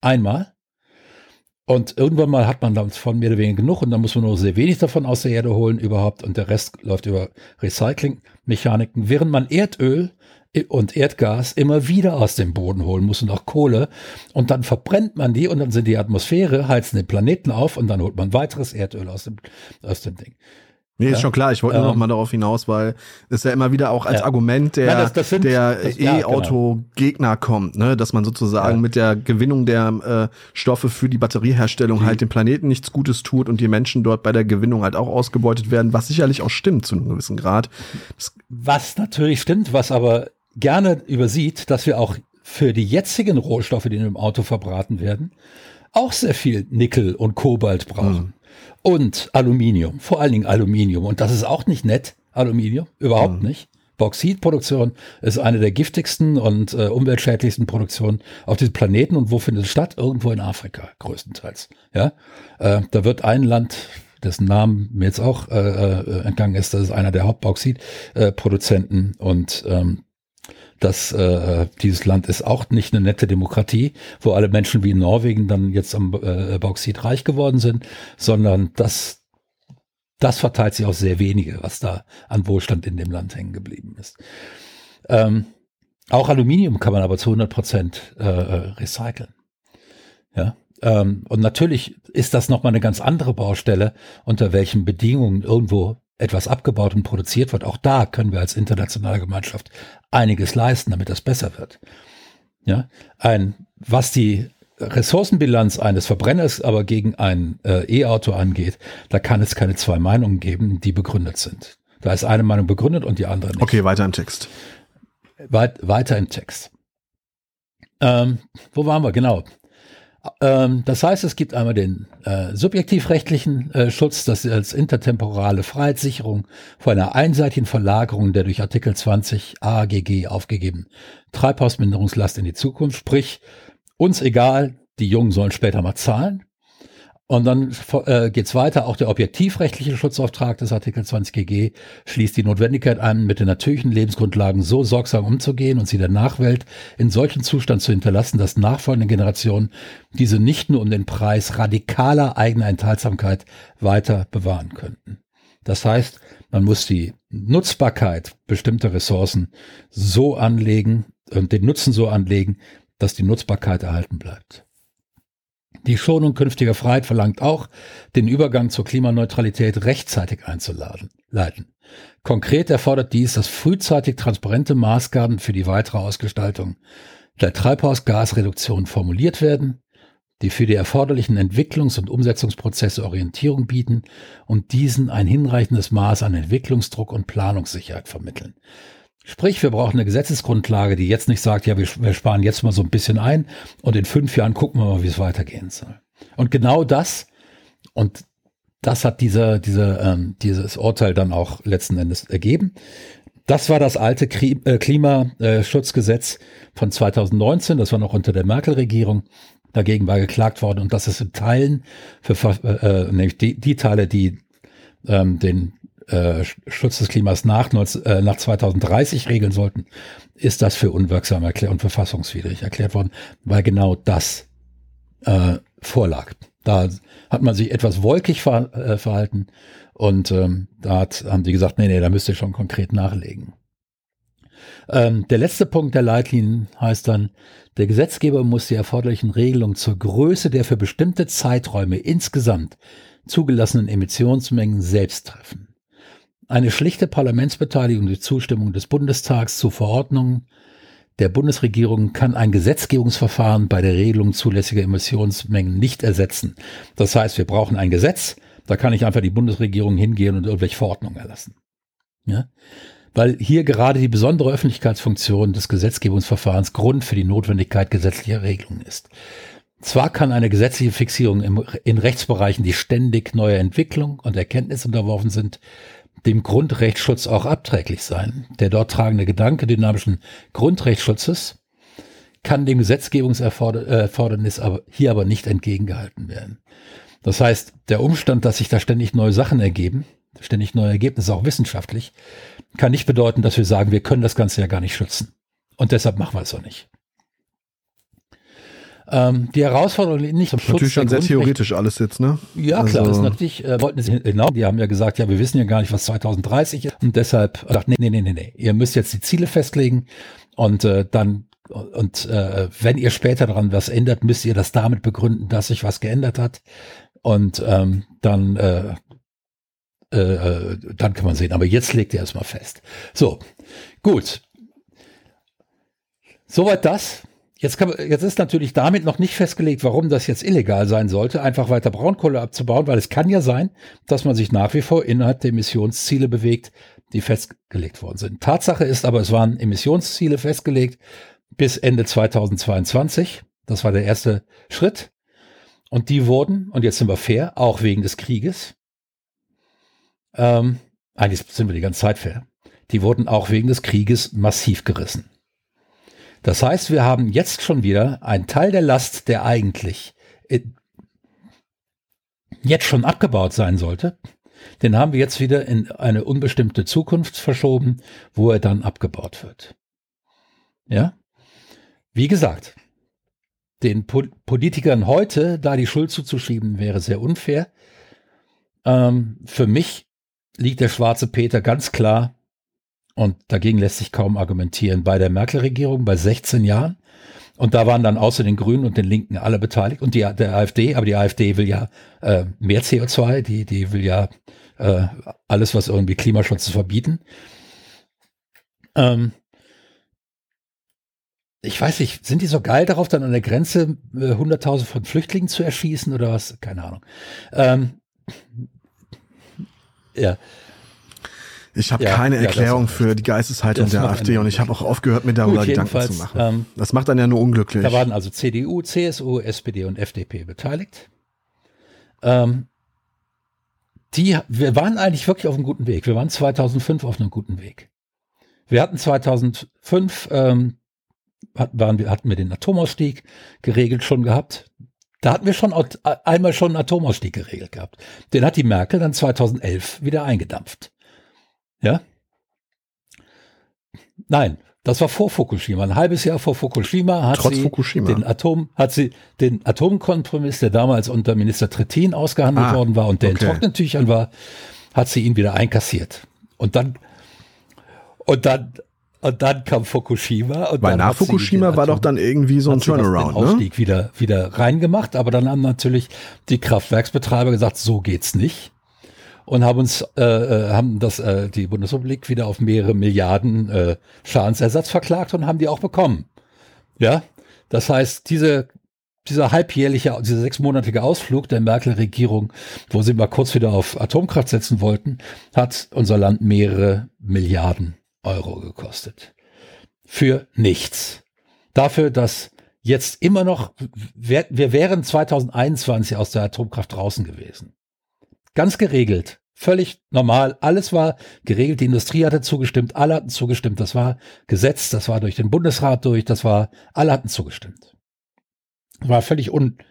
und irgendwann mal hat man davon mehr oder weniger genug und dann muss man nur sehr wenig davon aus der Erde holen überhaupt und der Rest läuft über Recyclingmechaniken, während man Erdöl und Erdgas immer wieder aus dem Boden holen muss und auch Kohle und dann verbrennt man die und dann sind die Atmosphäre, heizen den Planeten auf und dann holt man weiteres Erdöl aus dem Ding. Nee, ist schon klar. Ich wollte nur noch mal darauf hinaus, weil es ja immer wieder auch als Argument der E-Auto-Gegner kommt, ne, dass man sozusagen mit der Gewinnung der Stoffe für die Batterieherstellung halt dem Planeten nichts Gutes tut und die Menschen dort bei der Gewinnung halt auch ausgebeutet werden, was sicherlich auch stimmt zu einem gewissen Grad. Was natürlich stimmt, was aber gerne übersieht, dass wir auch für die jetzigen Rohstoffe, die im Auto verbraten werden, auch sehr viel Nickel und Kobalt brauchen. Und Aluminium, vor allen Dingen Aluminium. Und das ist auch nicht nett, Aluminium, überhaupt nicht. Bauxitproduktion ist eine der giftigsten und umweltschädlichsten Produktionen auf diesem Planeten. Und wo findet es statt? Irgendwo in Afrika, größtenteils. Ja, da wird ein Land, dessen Namen mir jetzt auch entgangen ist, das ist einer der Hauptbauxitproduzenten und dieses Land ist auch nicht eine nette Demokratie, wo alle Menschen wie in Norwegen dann jetzt am Bauxit reich geworden sind, sondern das verteilt sich auf sehr wenige, was da an Wohlstand in dem Land hängen geblieben ist. Auch Aluminium kann man aber zu 100% recyceln. Ja. Und natürlich ist das nochmal eine ganz andere Baustelle, unter welchen Bedingungen irgendwo etwas abgebaut und produziert wird. Auch da können wir als internationale Gemeinschaft einiges leisten, damit das besser wird. Ja, was die Ressourcenbilanz eines Verbrenners aber gegen ein E-Auto angeht, da kann es keine zwei Meinungen geben, die begründet sind. Da ist eine Meinung begründet und die andere nicht. Okay, weiter im Text. Weiter im Text. Wo waren wir? Genau. Das heißt, es gibt einmal den subjektivrechtlichen Schutz, das ist als intertemporale Freiheitssicherung vor einer einseitigen Verlagerung der durch Artikel 20 AGG aufgegebenen Treibhausminderungslast in die Zukunft. Sprich, uns egal, die Jungen sollen später mal zahlen. Und dann geht's weiter. Auch der objektivrechtliche Schutzauftrag des Artikel 20 GG schließt die Notwendigkeit ein, mit den natürlichen Lebensgrundlagen so sorgsam umzugehen und sie der Nachwelt in solchem Zustand zu hinterlassen, dass nachfolgende Generationen diese nicht nur um den Preis radikaler eigener Enthaltsamkeit weiter bewahren könnten. Das heißt, man muss die Nutzbarkeit bestimmter Ressourcen so anlegen und den Nutzen so anlegen, dass die Nutzbarkeit erhalten bleibt. Die Schonung künftiger Freiheit verlangt auch, den Übergang zur Klimaneutralität rechtzeitig einzuleiten. Konkret erfordert dies, dass frühzeitig transparente Maßgaben für die weitere Ausgestaltung der Treibhausgasreduktion formuliert werden. die für die erforderlichen Entwicklungs- und Umsetzungsprozesse Orientierung bieten und diesen ein hinreichendes Maß an Entwicklungsdruck und Planungssicherheit vermitteln. Sprich, wir brauchen eine Gesetzesgrundlage, die jetzt nicht sagt, ja, wir sparen jetzt mal so ein bisschen ein und in 5 Jahren gucken wir mal, wie es weitergehen soll. Und genau das, und das hat dieses Urteil dann auch letzten Endes ergeben. Das war das alte Klimaschutzgesetz von 2019, das war noch unter der Merkel-Regierung. Dagegen war geklagt worden und das ist in Teilen, nämlich die Teile, die den Schutz des Klimas nach 2030 regeln sollten, ist das für unwirksam erklärt und verfassungswidrig erklärt worden, weil genau das vorlag. Da hat man sich etwas wolkig verhalten und da haben die gesagt, nee, da müsst ihr schon konkret nachlegen. Der letzte Punkt der Leitlinien heißt dann, der Gesetzgeber muss die erforderlichen Regelungen zur Größe der für bestimmte Zeiträume insgesamt zugelassenen Emissionsmengen selbst treffen. Eine schlichte Parlamentsbeteiligung durch Zustimmung des Bundestags zu Verordnungen der Bundesregierung kann ein Gesetzgebungsverfahren bei der Regelung zulässiger Emissionsmengen nicht ersetzen. Das heißt, wir brauchen ein Gesetz, da kann nicht einfach die Bundesregierung hingehen und irgendwelche Verordnungen erlassen. Ja? Weil hier gerade die besondere Öffentlichkeitsfunktion des Gesetzgebungsverfahrens Grund für die Notwendigkeit gesetzlicher Regelungen ist. Zwar kann eine gesetzliche Fixierung in Rechtsbereichen, die ständig neuer Entwicklung und Erkenntnis unterworfen sind, dem Grundrechtsschutz auch abträglich sein. Der dort tragende Gedanke dynamischen Grundrechtsschutzes kann dem Gesetzgebungserfordernis hier aber nicht entgegengehalten werden. Das heißt, der Umstand, dass sich da ständig neue Sachen ergeben, ständig neue Ergebnisse, auch wissenschaftlich, kann nicht bedeuten, dass wir sagen, wir können das Ganze ja gar nicht schützen. Und deshalb machen wir es auch nicht. Die Herausforderung liegt nicht zum Schutz. Natürlich schon sehr theoretisch alles jetzt, ne? Ja, klar, das ist natürlich, wollten sie, genau, die haben ja gesagt, ja, wir wissen ja gar nicht, was 2030 ist. Und deshalb dachte, nee. Ihr müsst jetzt die Ziele festlegen und wenn ihr später daran was ändert, müsst ihr das damit begründen, dass sich was geändert hat. Und dann kann man sehen. Aber jetzt legt ihr erstmal fest. So, gut. Soweit das. Jetzt ist natürlich damit noch nicht festgelegt, warum das jetzt illegal sein sollte, einfach weiter Braunkohle abzubauen, weil es kann ja sein, dass man sich nach wie vor innerhalb der Emissionsziele bewegt, die festgelegt worden sind. Tatsache ist aber, es waren Emissionsziele festgelegt bis Ende 2022. Das war der erste Schritt. Und die wurden, und jetzt sind wir fair, auch wegen des Krieges, eigentlich sind wir die ganze Zeit fair, die wurden auch wegen des Krieges massiv gerissen. Das heißt, wir haben jetzt schon wieder einen Teil der Last, der eigentlich jetzt schon abgebaut sein sollte, den haben wir jetzt wieder in eine unbestimmte Zukunft verschoben, wo er dann abgebaut wird. Ja? Wie gesagt, den Politikern heute da die Schuld zuzuschieben, wäre sehr unfair. Für mich liegt der schwarze Peter ganz klar, und dagegen lässt sich kaum argumentieren, bei der Merkel-Regierung bei 16 Jahren. Und da waren dann außer den Grünen und den Linken alle beteiligt und der AfD, aber die AfD will ja mehr CO2, die will ja alles, was irgendwie Klimaschutz verbieten. Ich weiß nicht, sind die so geil darauf, dann an der Grenze 100.000 von Flüchtlingen zu erschießen oder was? Keine Ahnung. Ja. Ich habe keine Erklärung für die Geisteshaltung der AfD und ich habe auch aufgehört, mir darüber Gedanken zu machen. Das macht dann ja nur unglücklich. Da waren also CDU, CSU, SPD und FDP beteiligt. Wir waren eigentlich wirklich auf einem guten Weg. Wir waren 2005 auf einem guten Weg. Wir hatten 2005 hatten wir den Atomausstieg geregelt schon gehabt. Da hatten wir schon einmal einen Atomausstieg geregelt gehabt. Den hat die Merkel dann 2011 wieder eingedampft. Ja? Nein, das war vor Fukushima. Ein halbes Jahr vor Fukushima hat sie den Atomkompromiss, der damals unter Minister Trittin ausgehandelt worden war und der in trockenen Tüchern war, hat sie ihn wieder einkassiert. Und dann kam Fukushima. Und weil dann nach Fukushima war doch dann irgendwie so ein Turnaround, den Ausstieg wieder reingemacht, aber dann haben natürlich die Kraftwerksbetreiber gesagt, so geht's nicht. Und haben die Bundesrepublik wieder auf mehrere Milliarden Schadensersatz verklagt und haben die auch bekommen. Ja, das heißt, diese dieser halbjährliche, dieser 6-monatige Ausflug der Merkel-Regierung, wo sie mal kurz wieder auf Atomkraft setzen wollten, hat unser Land mehrere Milliarden Euro gekostet. Für nichts. Dafür, dass jetzt immer noch, wir wären 2021 aus der Atomkraft draußen gewesen. Ganz geregelt. Völlig normal. Alles war geregelt. Die Industrie hatte zugestimmt. Alle hatten zugestimmt. Das war Gesetz. Das war durch den Bundesrat durch. Alle hatten zugestimmt. War völlig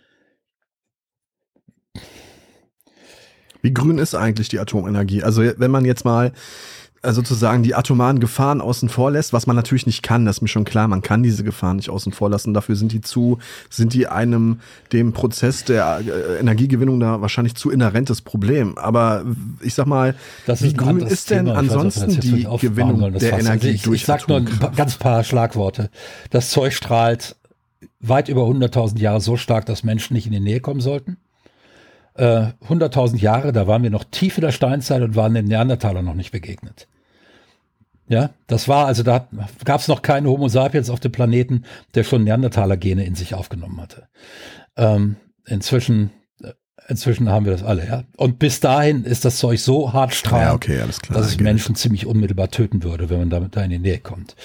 Wie grün ist eigentlich die Atomenergie? Also wenn man jetzt mal sozusagen die atomaren Gefahren außen vor lässt, was man natürlich nicht kann, das ist mir schon klar, man kann diese Gefahren nicht außen vor lassen, dafür sind die dem Prozess der Energiegewinnung da wahrscheinlich zu inhärentes Problem. Aber ich sag mal, wie grün ist denn ansonsten die Gewinnung der Energie durch Atomkraft? Ich sag nur ein ganz paar Schlagworte. Das Zeug strahlt weit über 100.000 Jahre so stark, dass Menschen nicht in die Nähe kommen sollten. 100.000 Jahre, da waren wir noch tief in der Steinzeit und waren den Neandertalern noch nicht begegnet. Ja, das war, also da gab es noch keinen Homo sapiens auf dem Planeten, der schon Neandertaler-Gene in sich aufgenommen hatte. Inzwischen haben wir das alle, ja. Und bis dahin ist das Zeug so hart strahlend, alles klar, dass es Menschen ziemlich unmittelbar töten würde, wenn man damit da in die Nähe kommt.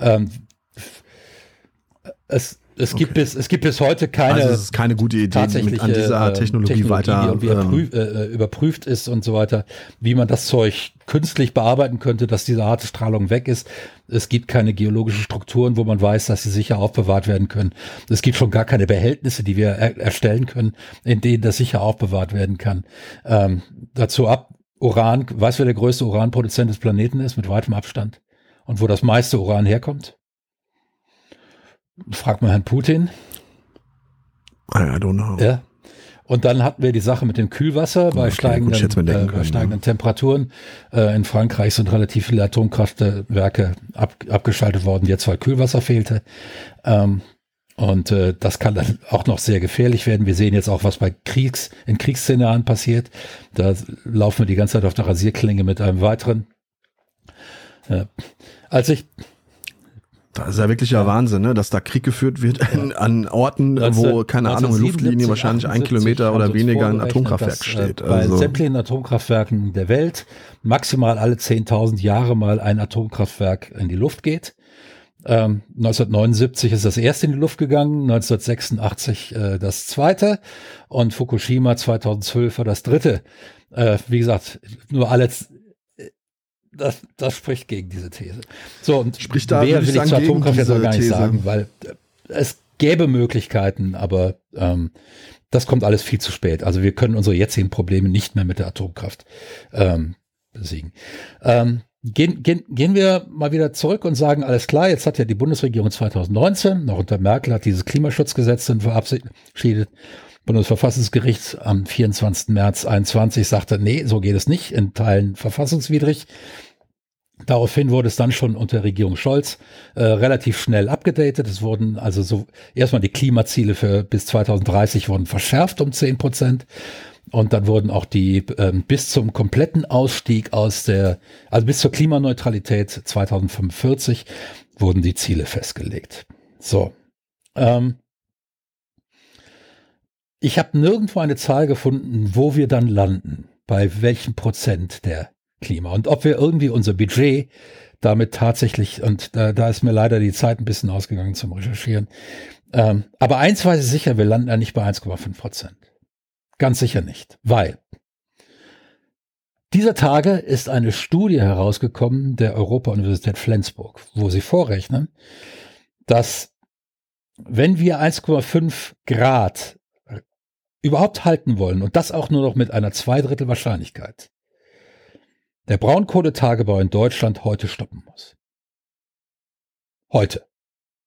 Es gibt bis heute keine. Also es ist keine gute Idee, mit an dieser Technologie weiter die überprüft ist und so weiter, wie man das Zeug künstlich bearbeiten könnte, dass diese harte Strahlung weg ist. Es gibt keine geologischen Strukturen, wo man weiß, dass sie sicher aufbewahrt werden können. Es gibt schon gar keine Behältnisse, die wir erstellen können, in denen das sicher aufbewahrt werden kann. Dazu Uran. Weißt du, wer der größte Uranproduzent des Planeten ist, mit weitem Abstand? Und wo das meiste Uran herkommt? Frag mal Herrn Putin. I don't know. Ja. Und dann hatten wir die Sache mit dem Kühlwasser bei steigenden Temperaturen. In Frankreich sind relativ viele Atomkraftwerke abgeschaltet worden, jetzt weil Kühlwasser fehlte. Und das kann dann auch noch sehr gefährlich werden. Wir sehen jetzt auch, was bei in Kriegsszenarien passiert. Da laufen wir die ganze Zeit auf der Rasierklinge mit einem weiteren. Das ist ja wirklicher Wahnsinn, ne? Dass da Krieg geführt wird an Orten, wo, keine Ahnung, eine Luftlinie wahrscheinlich 1 Kilometer oder weniger ein Atomkraftwerk steht. Bei sämtlichen Atomkraftwerken der Welt maximal alle 10.000 Jahre mal ein Atomkraftwerk in die Luft geht. 1979 ist das erste in die Luft gegangen, 1986 das zweite und Fukushima 2012 war das dritte. Wie gesagt, nur das spricht gegen diese These. So, und spricht da, will ich zur Atomkraft jetzt auch gar nicht sagen, weil es gäbe Möglichkeiten, aber das kommt alles viel zu spät. Also wir können unsere jetzigen Probleme nicht mehr mit der Atomkraft besiegen. Gehen wir mal wieder zurück und sagen, alles klar, jetzt hat ja die Bundesregierung 2019, noch unter Merkel, hat dieses Klimaschutzgesetz dann verabschiedet. Bundesverfassungsgericht am 24. März 2021 sagte, nee, so geht es nicht, in Teilen verfassungswidrig. Daraufhin wurde es dann schon unter Regierung Scholz relativ schnell abgedatet. Es wurden also erstmal die Klimaziele für bis 2030 wurden verschärft um 10%. Und dann wurden auch die bis zum kompletten Ausstieg also bis zur Klimaneutralität 2045 wurden die Ziele festgelegt. So. Ich habe nirgendwo eine Zahl gefunden, wo wir dann landen, bei welchem Prozent der Klima und ob wir irgendwie unser Budget damit tatsächlich, und da ist mir leider die Zeit ein bisschen ausgegangen zum Recherchieren, aber eins weiß ich sicher, wir landen ja nicht bei 1,5%. Ganz sicher nicht, weil dieser Tage ist eine Studie herausgekommen der Europa-Universität Flensburg, wo sie vorrechnen, dass wenn wir 1,5 Grad überhaupt halten wollen und das auch nur noch mit einer 2/3 Wahrscheinlichkeit, der Braunkohletagebau in Deutschland heute stoppen muss. Heute.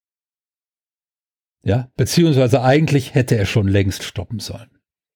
Ja, beziehungsweise eigentlich hätte er schon längst stoppen sollen.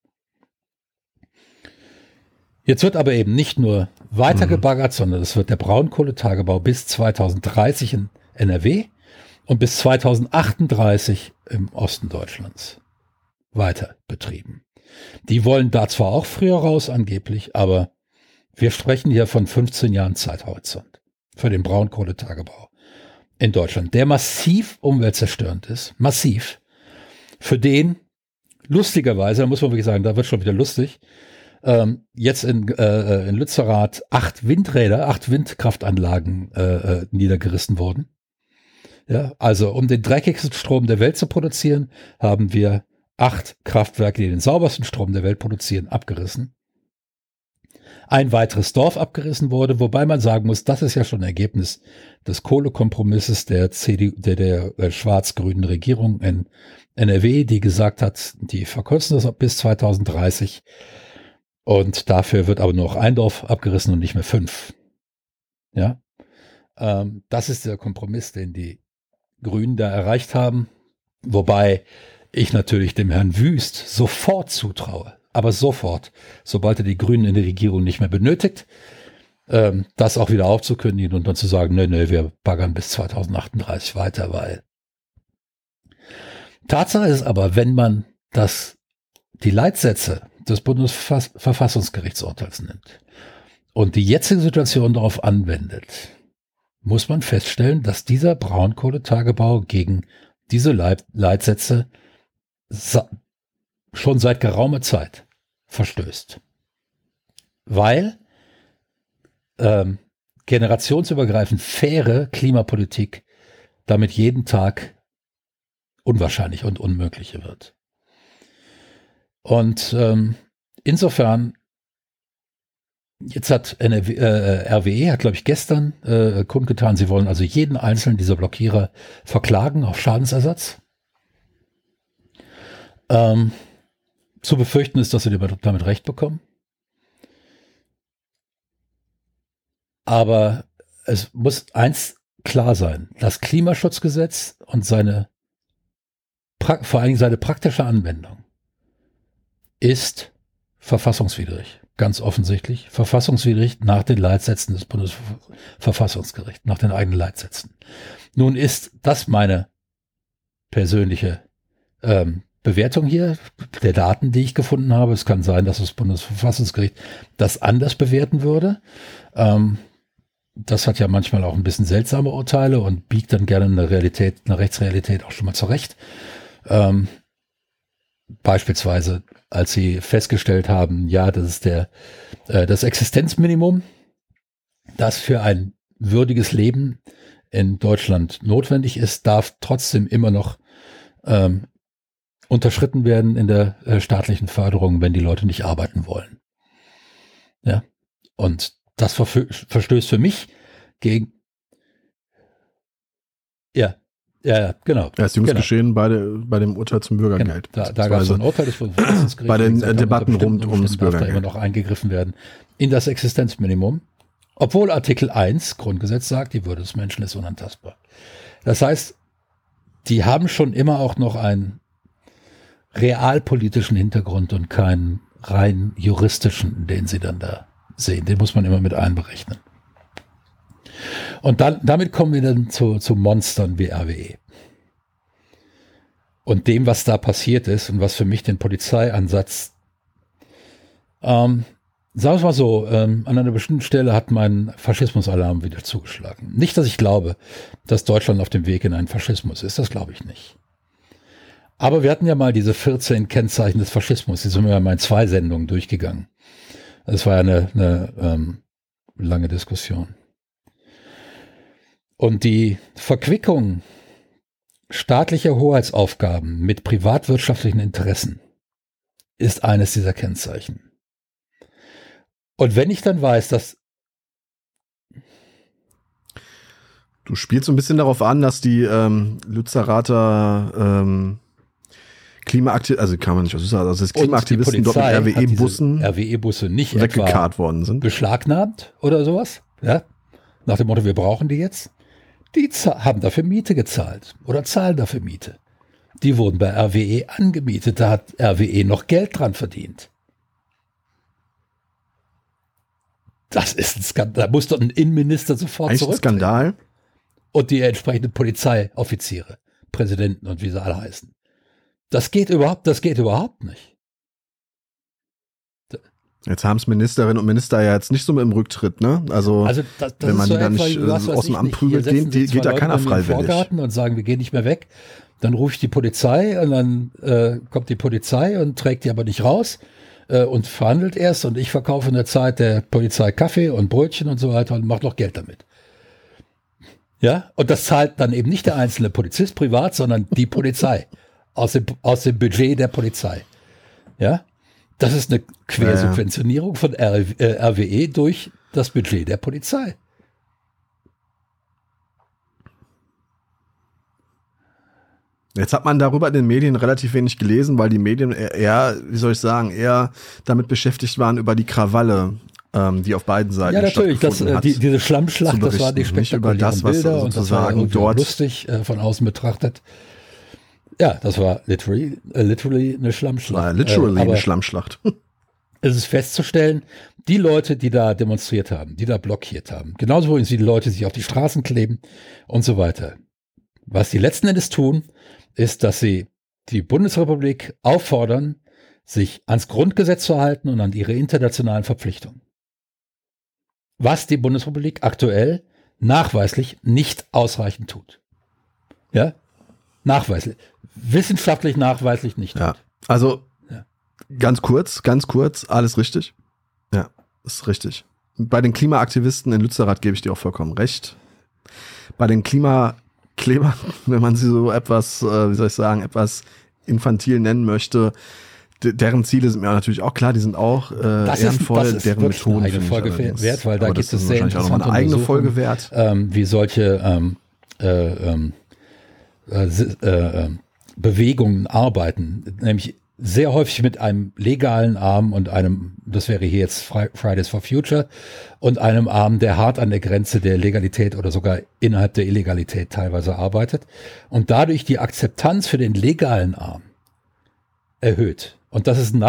Jetzt wird aber eben nicht nur weitergebaggert, sondern es wird der Braunkohletagebau bis 2030 in NRW und bis 2038 im Osten Deutschlands weiter betrieben. Die wollen da zwar auch früher raus angeblich, aber wir sprechen hier von 15 Jahren Zeithorizont für den Braunkohletagebau in Deutschland, der massiv umweltzerstörend ist, massiv, für den lustigerweise, da muss man wirklich sagen, da wird schon wieder lustig, jetzt in Lützerath 8 Windkraftanlagen niedergerissen wurden. Ja, also um den dreckigsten Strom der Welt zu produzieren, haben wir 8 Kraftwerke, die den saubersten Strom der Welt produzieren, abgerissen. Ein weiteres Dorf abgerissen wurde, wobei man sagen muss, das ist ja schon ein Ergebnis des Kohlekompromisses der schwarz-grünen Regierung in NRW, die gesagt hat, die verkürzen das bis 2030 und dafür wird aber nur noch ein Dorf abgerissen und nicht mehr 5. Ja, das ist der Kompromiss, den die Grünen da erreicht haben, wobei ich natürlich dem Herrn Wüst sofort zutraue, aber sofort, sobald er die Grünen in der Regierung nicht mehr benötigt, das auch wieder aufzukündigen und dann zu sagen, nee, wir baggern bis 2038 weiter, weil Tatsache ist aber, wenn man die Leitsätze des Bundesverfassungsgerichtsurteils nimmt und die jetzige Situation darauf anwendet, muss man feststellen, dass dieser Braunkohletagebau gegen diese Leitsätze schon seit geraumer Zeit verstößt. Weil generationsübergreifend faire Klimapolitik damit jeden Tag unwahrscheinlich und unmöglicher wird. Und insofern, jetzt hat RWE, hat glaube ich gestern kundgetan, sie wollen also jeden einzelnen dieser Blockierer verklagen auf Schadensersatz. Zu befürchten ist, dass sie damit Recht bekommen. Aber es muss eins klar sein, das Klimaschutzgesetz und vor allem seine praktische Anwendung ist verfassungswidrig. Ganz offensichtlich verfassungswidrig nach den Leitsätzen des Bundesverfassungsgerichts, nach den eigenen Leitsätzen. Nun ist das meine persönliche Bewertung hier der Daten, die ich gefunden habe. Es kann sein, dass das Bundesverfassungsgericht das anders bewerten würde. Das hat ja manchmal auch ein bisschen seltsame Urteile und biegt dann gerne eine Rechtsrealität auch schon mal zurecht. Beispielsweise, als sie festgestellt haben, ja, das ist das Existenzminimum, das für ein würdiges Leben in Deutschland notwendig ist, darf trotzdem immer noch unterschritten werden in der staatlichen Förderung, wenn die Leute nicht arbeiten wollen. Ja, und das verstößt für mich gegen. Ja, genau. Erst jüngst geschehen bei dem Urteil zum Bürgergeld. Genau. Da gab es ein Urteil des Bundesverfassungsgerichts. Bei den Debatten rund ums Bürgergeld. Da immer noch eingegriffen werden in das Existenzminimum, obwohl Artikel 1 Grundgesetz sagt, die Würde des Menschen ist unantastbar. Das heißt, die haben schon immer auch noch einen realpolitischen Hintergrund und keinen rein juristischen, den sie dann da sehen. Den muss man immer mit einberechnen. Und damit kommen wir dann zu Monstern wie RWE. Und dem, was da passiert ist und was für mich den Polizeieinsatz, sagen wir mal so, an einer bestimmten Stelle hat mein Faschismusalarm wieder zugeschlagen. Nicht, dass ich glaube, dass Deutschland auf dem Weg in einen Faschismus ist, das glaube ich nicht. Aber wir hatten ja mal diese 14 Kennzeichen des Faschismus, die sind wir ja mal in 2 Sendungen durchgegangen. Das war ja eine lange Diskussion. Und die Verquickung staatlicher Hoheitsaufgaben mit privatwirtschaftlichen Interessen ist eines dieser Kennzeichen. Und wenn ich dann weiß, dass du spielst so ein bisschen darauf an, dass die Lützerater Klimaaktivisten, also kann man nicht aus Lützerath, also das Klimaaktivisten dort mit RWE-Busse nicht weggekarrt worden sind. Beschlagnahmt oder sowas, ja, nach dem Motto, wir brauchen die jetzt. Die haben dafür Miete gezahlt oder zahlen dafür Miete. Die wurden bei RWE angemietet, da hat RWE noch Geld dran verdient. Das ist ein Skandal, da muss doch ein Innenminister sofort zurück. Skandal. Und die entsprechenden Polizeioffiziere, Präsidenten und wie sie alle heißen. Das geht überhaupt nicht. Jetzt haben es Ministerinnen und Minister ja jetzt nicht so mit dem Rücktritt, ne? Also das wenn man so die dann nicht aus dem Amt prügelt, geht da keiner freiwillig. Vorgarten und sagen, wir gehen nicht mehr weg. Dann rufe ich die Polizei und dann kommt die Polizei und trägt die aber nicht raus und verhandelt erst und ich verkaufe in der Zeit der Polizei Kaffee und Brötchen und so weiter und mache noch Geld damit. Ja, und das zahlt dann eben nicht der einzelne Polizist privat, sondern die Polizei aus dem Budget der Polizei. Ja, das ist eine Quersubventionierung von RWE durch das Budget der Polizei. Jetzt hat man darüber in den Medien relativ wenig gelesen, weil die Medien eher, wie soll ich sagen, eher damit beschäftigt waren, über die Krawalle, die auf beiden Seiten stattgefunden hat. Diese Schlammschlacht, das waren die spektakulären Bilder und das war dort lustig von außen betrachtet. Ja, das war literally eine Schlammschlacht. Eine Schlammschlacht. Es ist festzustellen, die Leute, die da demonstriert haben, die da blockiert haben, genauso wie die Leute, die sich auf die Straßen kleben und so weiter. Was die letzten Endes tun, ist, dass sie die Bundesrepublik auffordern, sich ans Grundgesetz zu halten und an ihre internationalen Verpflichtungen. Was die Bundesrepublik aktuell nachweislich nicht ausreichend tut. Ja? Nachweislich. Wissenschaftlich nachweislich nicht. Ja. Also, ganz kurz, alles richtig. Ja, ist richtig. Bei den Klimaaktivisten in Lützerath gebe ich dir auch vollkommen recht. Bei den Klimakleber, wenn man sie so etwas, wie soll ich sagen, etwas infantil nennen möchte, deren Ziele sind mir natürlich auch klar, die sind auch ehrenvoll, deren Methoden eine Folge wert, weil da gibt es sehr wahrscheinlich auch noch eine eigene Folge wert, wie solche Bewegungen arbeiten, nämlich sehr häufig mit einem legalen Arm und einem, das wäre hier jetzt Fridays for Future, und einem Arm, der hart an der Grenze der Legalität oder sogar innerhalb der Illegalität teilweise arbeitet und dadurch die Akzeptanz für den legalen Arm erhöht. Und das ist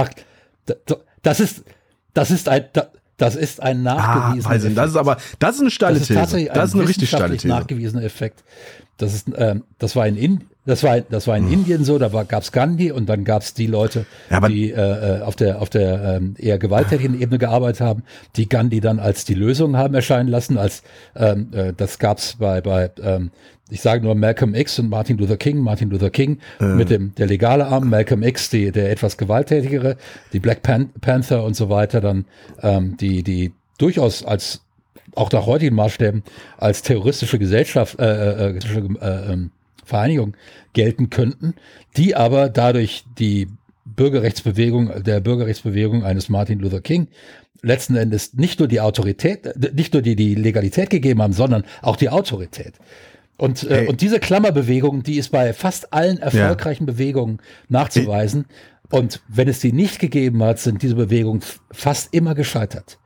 ein nachgewiesener Effekt. Das ist eine steile These. Das ist eine richtig steile These. Nachgewiesener Effekt. Das war in Indien so, da gab's Gandhi und dann gab's die Leute, die auf der eher gewalttätigen Ebene gearbeitet haben, die Gandhi dann als die Lösung haben erscheinen lassen, das gab's bei ich sage nur Malcolm X und Martin Luther King mit der legale Arm, Malcolm X, der etwas gewalttätigere, die Black Panther und so weiter, dann die durchaus als auch nach heutigen Maßstäben als terroristische Vereinigung gelten könnten, die aber dadurch der Bürgerrechtsbewegung eines Martin Luther King letzten Endes nicht nur die Legalität gegeben haben, sondern auch die Autorität. Und diese Klammerbewegung, die ist bei fast allen erfolgreichen Bewegungen nachzuweisen. Und wenn es die nicht gegeben hat, sind diese Bewegungen fast immer gescheitert.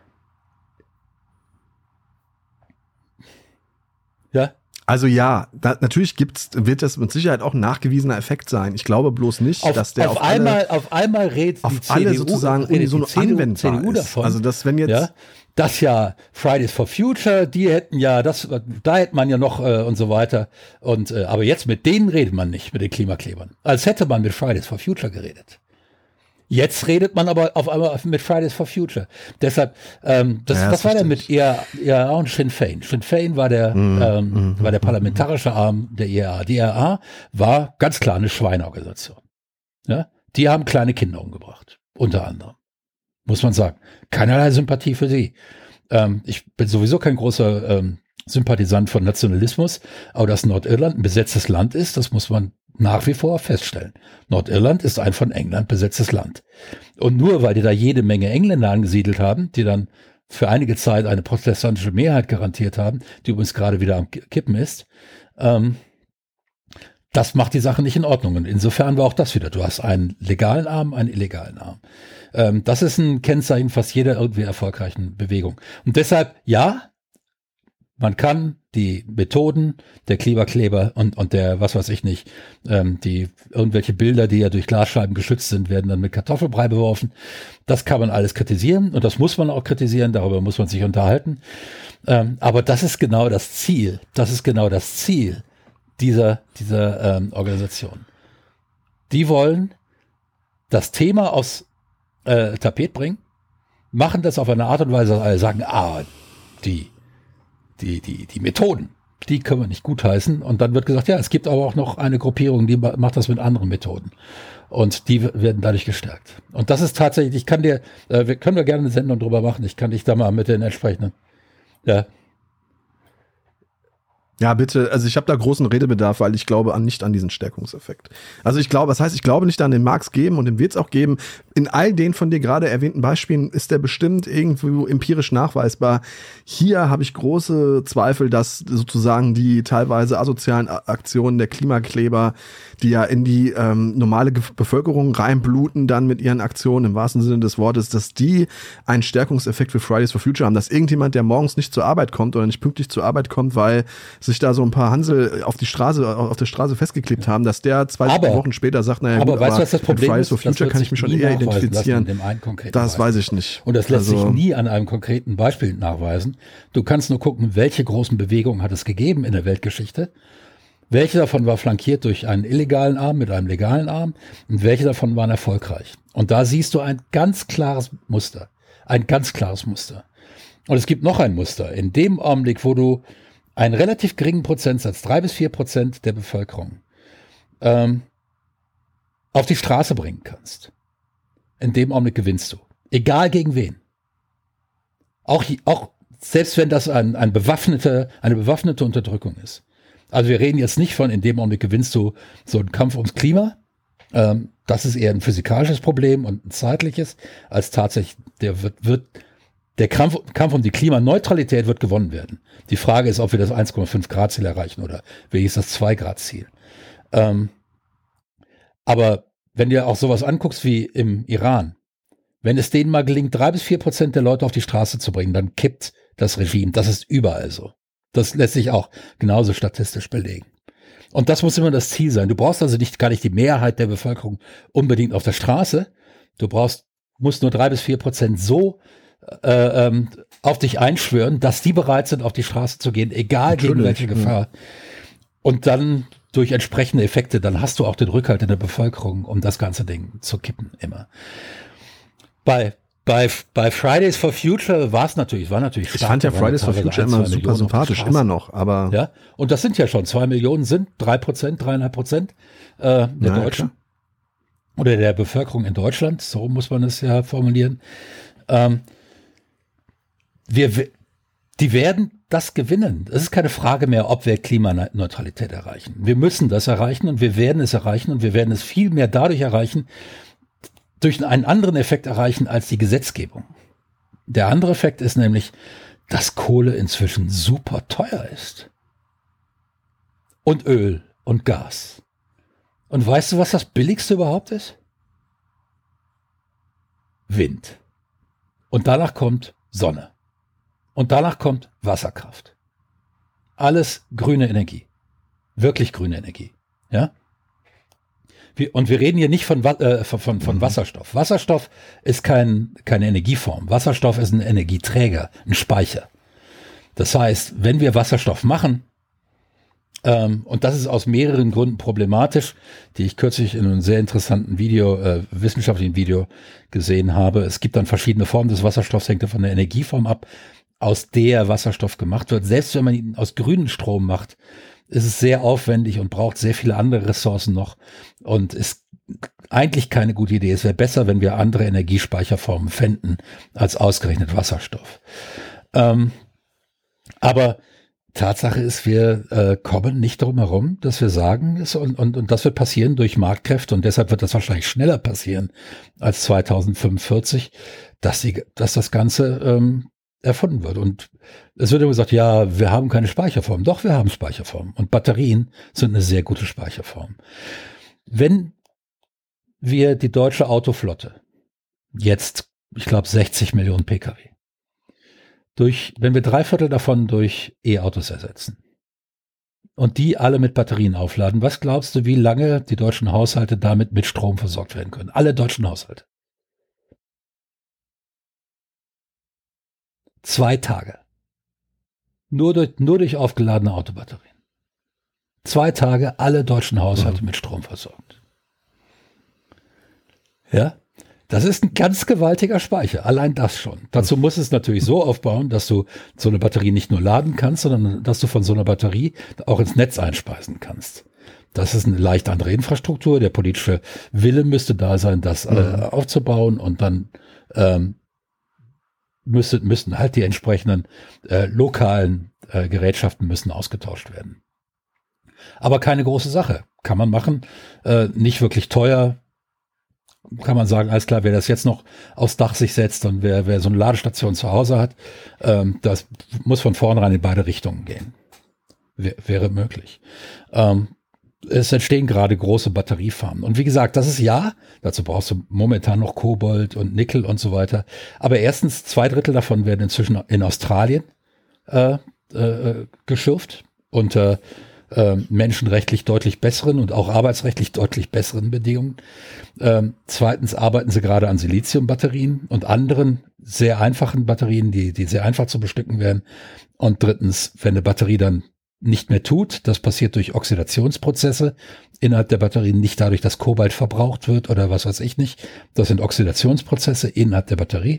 Ja. Also natürlich wird das mit Sicherheit auch ein nachgewiesener Effekt sein. Ich glaube bloß nicht, dass der auf einmal redet auf alle sozusagen unisono anwendbar ist. Davon, also das, wenn jetzt das ja Fridays for Future, die hätten da hätte man ja noch und so weiter. Und aber jetzt mit denen redet man nicht, mit den Klimaklebern. Als hätte man mit Fridays for Future geredet. Jetzt redet man aber auf einmal mit Fridays for Future. Deshalb, was war denn mit IRA und Sinn Fein? Sinn Fein war der parlamentarische Arm der IRA. Die IRA war ganz klar eine Schweineorganisation. Ja? Die haben kleine Kinder umgebracht, unter anderem. Muss man sagen. Keinerlei Sympathie für sie. Ich bin sowieso kein großer Sympathisant von Nationalismus, aber dass Nordirland ein besetztes Land ist, das muss man nach wie vor feststellen. Nordirland ist ein von England besetztes Land. Und nur weil die da jede Menge Engländer angesiedelt haben, die dann für einige Zeit eine protestantische Mehrheit garantiert haben, die übrigens gerade wieder am Kippen ist, das macht die Sache nicht in Ordnung. Und insofern war auch das wieder. Du hast einen legalen Arm, einen illegalen Arm. Das ist ein Kennzeichen fast jeder irgendwie erfolgreichen Bewegung. Und deshalb, man kann die Methoden der Klimakleber und der, was weiß ich nicht, die irgendwelche Bilder, die ja durch Glasscheiben geschützt sind, werden dann mit Kartoffelbrei beworfen. Das kann man alles kritisieren und das muss man auch kritisieren, darüber muss man sich unterhalten. Aber das ist genau das Ziel. Das ist genau das Ziel dieser Organisation. Die wollen das Thema aufs Tapet bringen, machen das auf eine Art und Weise, dass alle sagen, die Methoden, die können wir nicht gutheißen. Und dann wird gesagt, ja, es gibt aber auch noch eine Gruppierung, die macht das mit anderen Methoden. Und die werden dadurch gestärkt. Und das ist tatsächlich, ich kann dir, können wir gerne eine Sendung drüber machen. Ich kann dich da mal mit den entsprechenden, ja. Ja, bitte. Also ich habe da großen Redebedarf, weil ich glaube nicht an diesen Stärkungseffekt. Also ich glaube nicht an den Marx geben und den wird es auch geben. In all den von dir gerade erwähnten Beispielen ist der bestimmt irgendwo empirisch nachweisbar. Hier habe ich große Zweifel, dass sozusagen die teilweise asozialen Aktionen der Klimakleber, die ja in die normale Bevölkerung reinbluten, dann mit ihren Aktionen im wahrsten Sinne des Wortes, dass die einen Stärkungseffekt für Fridays for Future haben. Dass irgendjemand, der morgens nicht zur Arbeit kommt oder nicht pünktlich zur Arbeit kommt, weil sich da so ein paar Hansel auf der Straße festgeklebt haben, dass der 2 Wochen später sagt, naja, aber weißt du, was das Problem Fridays for Future kann ich mich schon eher identifizieren. Das weiß ich nicht. Und das lässt sich nie an einem konkreten Beispiel nachweisen. Du kannst nur gucken, welche großen Bewegungen hat es gegeben in der Weltgeschichte. Welche davon war flankiert durch einen illegalen Arm mit einem legalen Arm und welche davon waren erfolgreich. Und da siehst du ein ganz klares Muster. Ein ganz klares Muster. Und es gibt noch ein Muster. In dem Augenblick, wo du einen relativ geringen Prozentsatz, 3-4% der Bevölkerung, auf die Straße bringen kannst, in dem Augenblick gewinnst du. Egal gegen wen. Auch selbst wenn das eine bewaffnete Unterdrückung ist. Also wir reden jetzt nicht von, in dem Augenblick gewinnst du so einen Kampf ums Klima. Das ist eher ein physikalisches Problem und ein zeitliches, als tatsächlich der Kampf um die Klimaneutralität wird gewonnen werden. Die Frage ist, ob wir das 1,5 Grad Ziel erreichen oder wenigstens das 2 Grad Ziel. Aber wenn du auch sowas anguckst wie im Iran, wenn es denen mal gelingt, 3-4% der Leute auf die Straße zu bringen, dann kippt das Regime. Das ist überall so. Das lässt sich auch genauso statistisch belegen. Und das muss immer das Ziel sein. Du brauchst also gar nicht die Mehrheit der Bevölkerung unbedingt auf der Straße. Du musst nur 3-4% so auf dich einschwören, dass die bereit sind, auf die Straße zu gehen, egal gegen welche Gefahr. Und dann durch entsprechende Effekte, dann hast du auch den Rückhalt in der Bevölkerung, um das ganze Ding zu kippen, immer. Bei Fridays for Future war natürlich stark. Ich fand ja Fridays for Future immer super sympathisch, immer noch, aber. Ja, und das sind ja schon 2 Millionen, sind 3%, 3,5% der Deutschen. Klar. Oder der Bevölkerung in Deutschland, so muss man es ja formulieren. Die werden das gewinnen. Es ist keine Frage mehr, ob wir Klimaneutralität erreichen. Wir müssen das erreichen und wir werden es erreichen und wir werden es viel mehr dadurch erreichen, durch einen anderen Effekt erreichen als die Gesetzgebung. Der andere Effekt ist nämlich, dass Kohle inzwischen super teuer ist. Und Öl und Gas. Und weißt du, was das Billigste überhaupt ist? Wind. Und danach kommt Sonne. Und danach kommt Wasserkraft. Alles grüne Energie. Wirklich grüne Energie. Ja? Und wir reden hier nicht von Wasserstoff. Wasserstoff ist keine Energieform. Wasserstoff ist ein Energieträger, ein Speicher. Das heißt, wenn wir Wasserstoff machen, und das ist aus mehreren Gründen problematisch, die ich kürzlich in einem sehr interessanten wissenschaftlichen Video gesehen habe. Es gibt dann verschiedene Formen des Wasserstoffs, hängt von der Energieform ab, aus der Wasserstoff gemacht wird. Selbst wenn man ihn aus grünem Strom macht, ist es sehr aufwendig und braucht sehr viele andere Ressourcen noch und ist eigentlich keine gute Idee. Es wäre besser, wenn wir andere Energiespeicherformen fänden als ausgerechnet Wasserstoff. Aber Tatsache ist, wir kommen nicht darum herum, dass wir sagen, und das wird passieren durch Marktkräfte und deshalb wird das wahrscheinlich schneller passieren als 2045, dass das Ganze erfunden wird. Und es wird immer gesagt, ja, wir haben keine Speicherform. Doch, wir haben Speicherformen. Und Batterien sind eine sehr gute Speicherform. Wenn wir die deutsche Autoflotte jetzt, ich glaube, 60 Millionen Pkw, wenn wir 3/4 davon durch E-Autos ersetzen und die alle mit Batterien aufladen, was glaubst du, wie lange die deutschen Haushalte damit mit Strom versorgt werden können? Alle deutschen Haushalte. 2 Tage. Nur durch aufgeladene Autobatterien. 2 Tage alle deutschen Haushalte mit Strom versorgt. Ja? Das ist ein ganz gewaltiger Speicher, allein das schon. Dazu muss es natürlich so aufbauen, dass du so eine Batterie nicht nur laden kannst, sondern dass du von so einer Batterie auch ins Netz einspeisen kannst. Das ist eine leicht andere Infrastruktur. Der politische Wille müsste da sein, das aufzubauen, und dann müssten halt die entsprechenden lokalen Gerätschaften müssen ausgetauscht werden. Aber keine große Sache. Kann man machen. Nicht wirklich teuer. Kann man sagen, alles klar, wer das jetzt noch aufs Dach sich setzt und wer so eine Ladestation zu Hause hat, das muss von vornherein in beide Richtungen gehen. Wäre möglich. Es entstehen gerade große Batteriefarmen. Und wie gesagt, das ist dazu brauchst du momentan noch Kobold und Nickel und so weiter. Aber erstens, 2/3 davon werden inzwischen in Australien geschürft unter menschenrechtlich deutlich besseren und auch arbeitsrechtlich deutlich besseren Bedingungen. Zweitens arbeiten sie gerade an Siliziumbatterien und anderen sehr einfachen Batterien, die sehr einfach zu bestücken werden. Und drittens, wenn eine Batterie dann nicht mehr tut, das passiert durch Oxidationsprozesse innerhalb der Batterien, nicht dadurch, dass Kobalt verbraucht wird oder was weiß ich nicht. Das sind Oxidationsprozesse innerhalb der Batterie.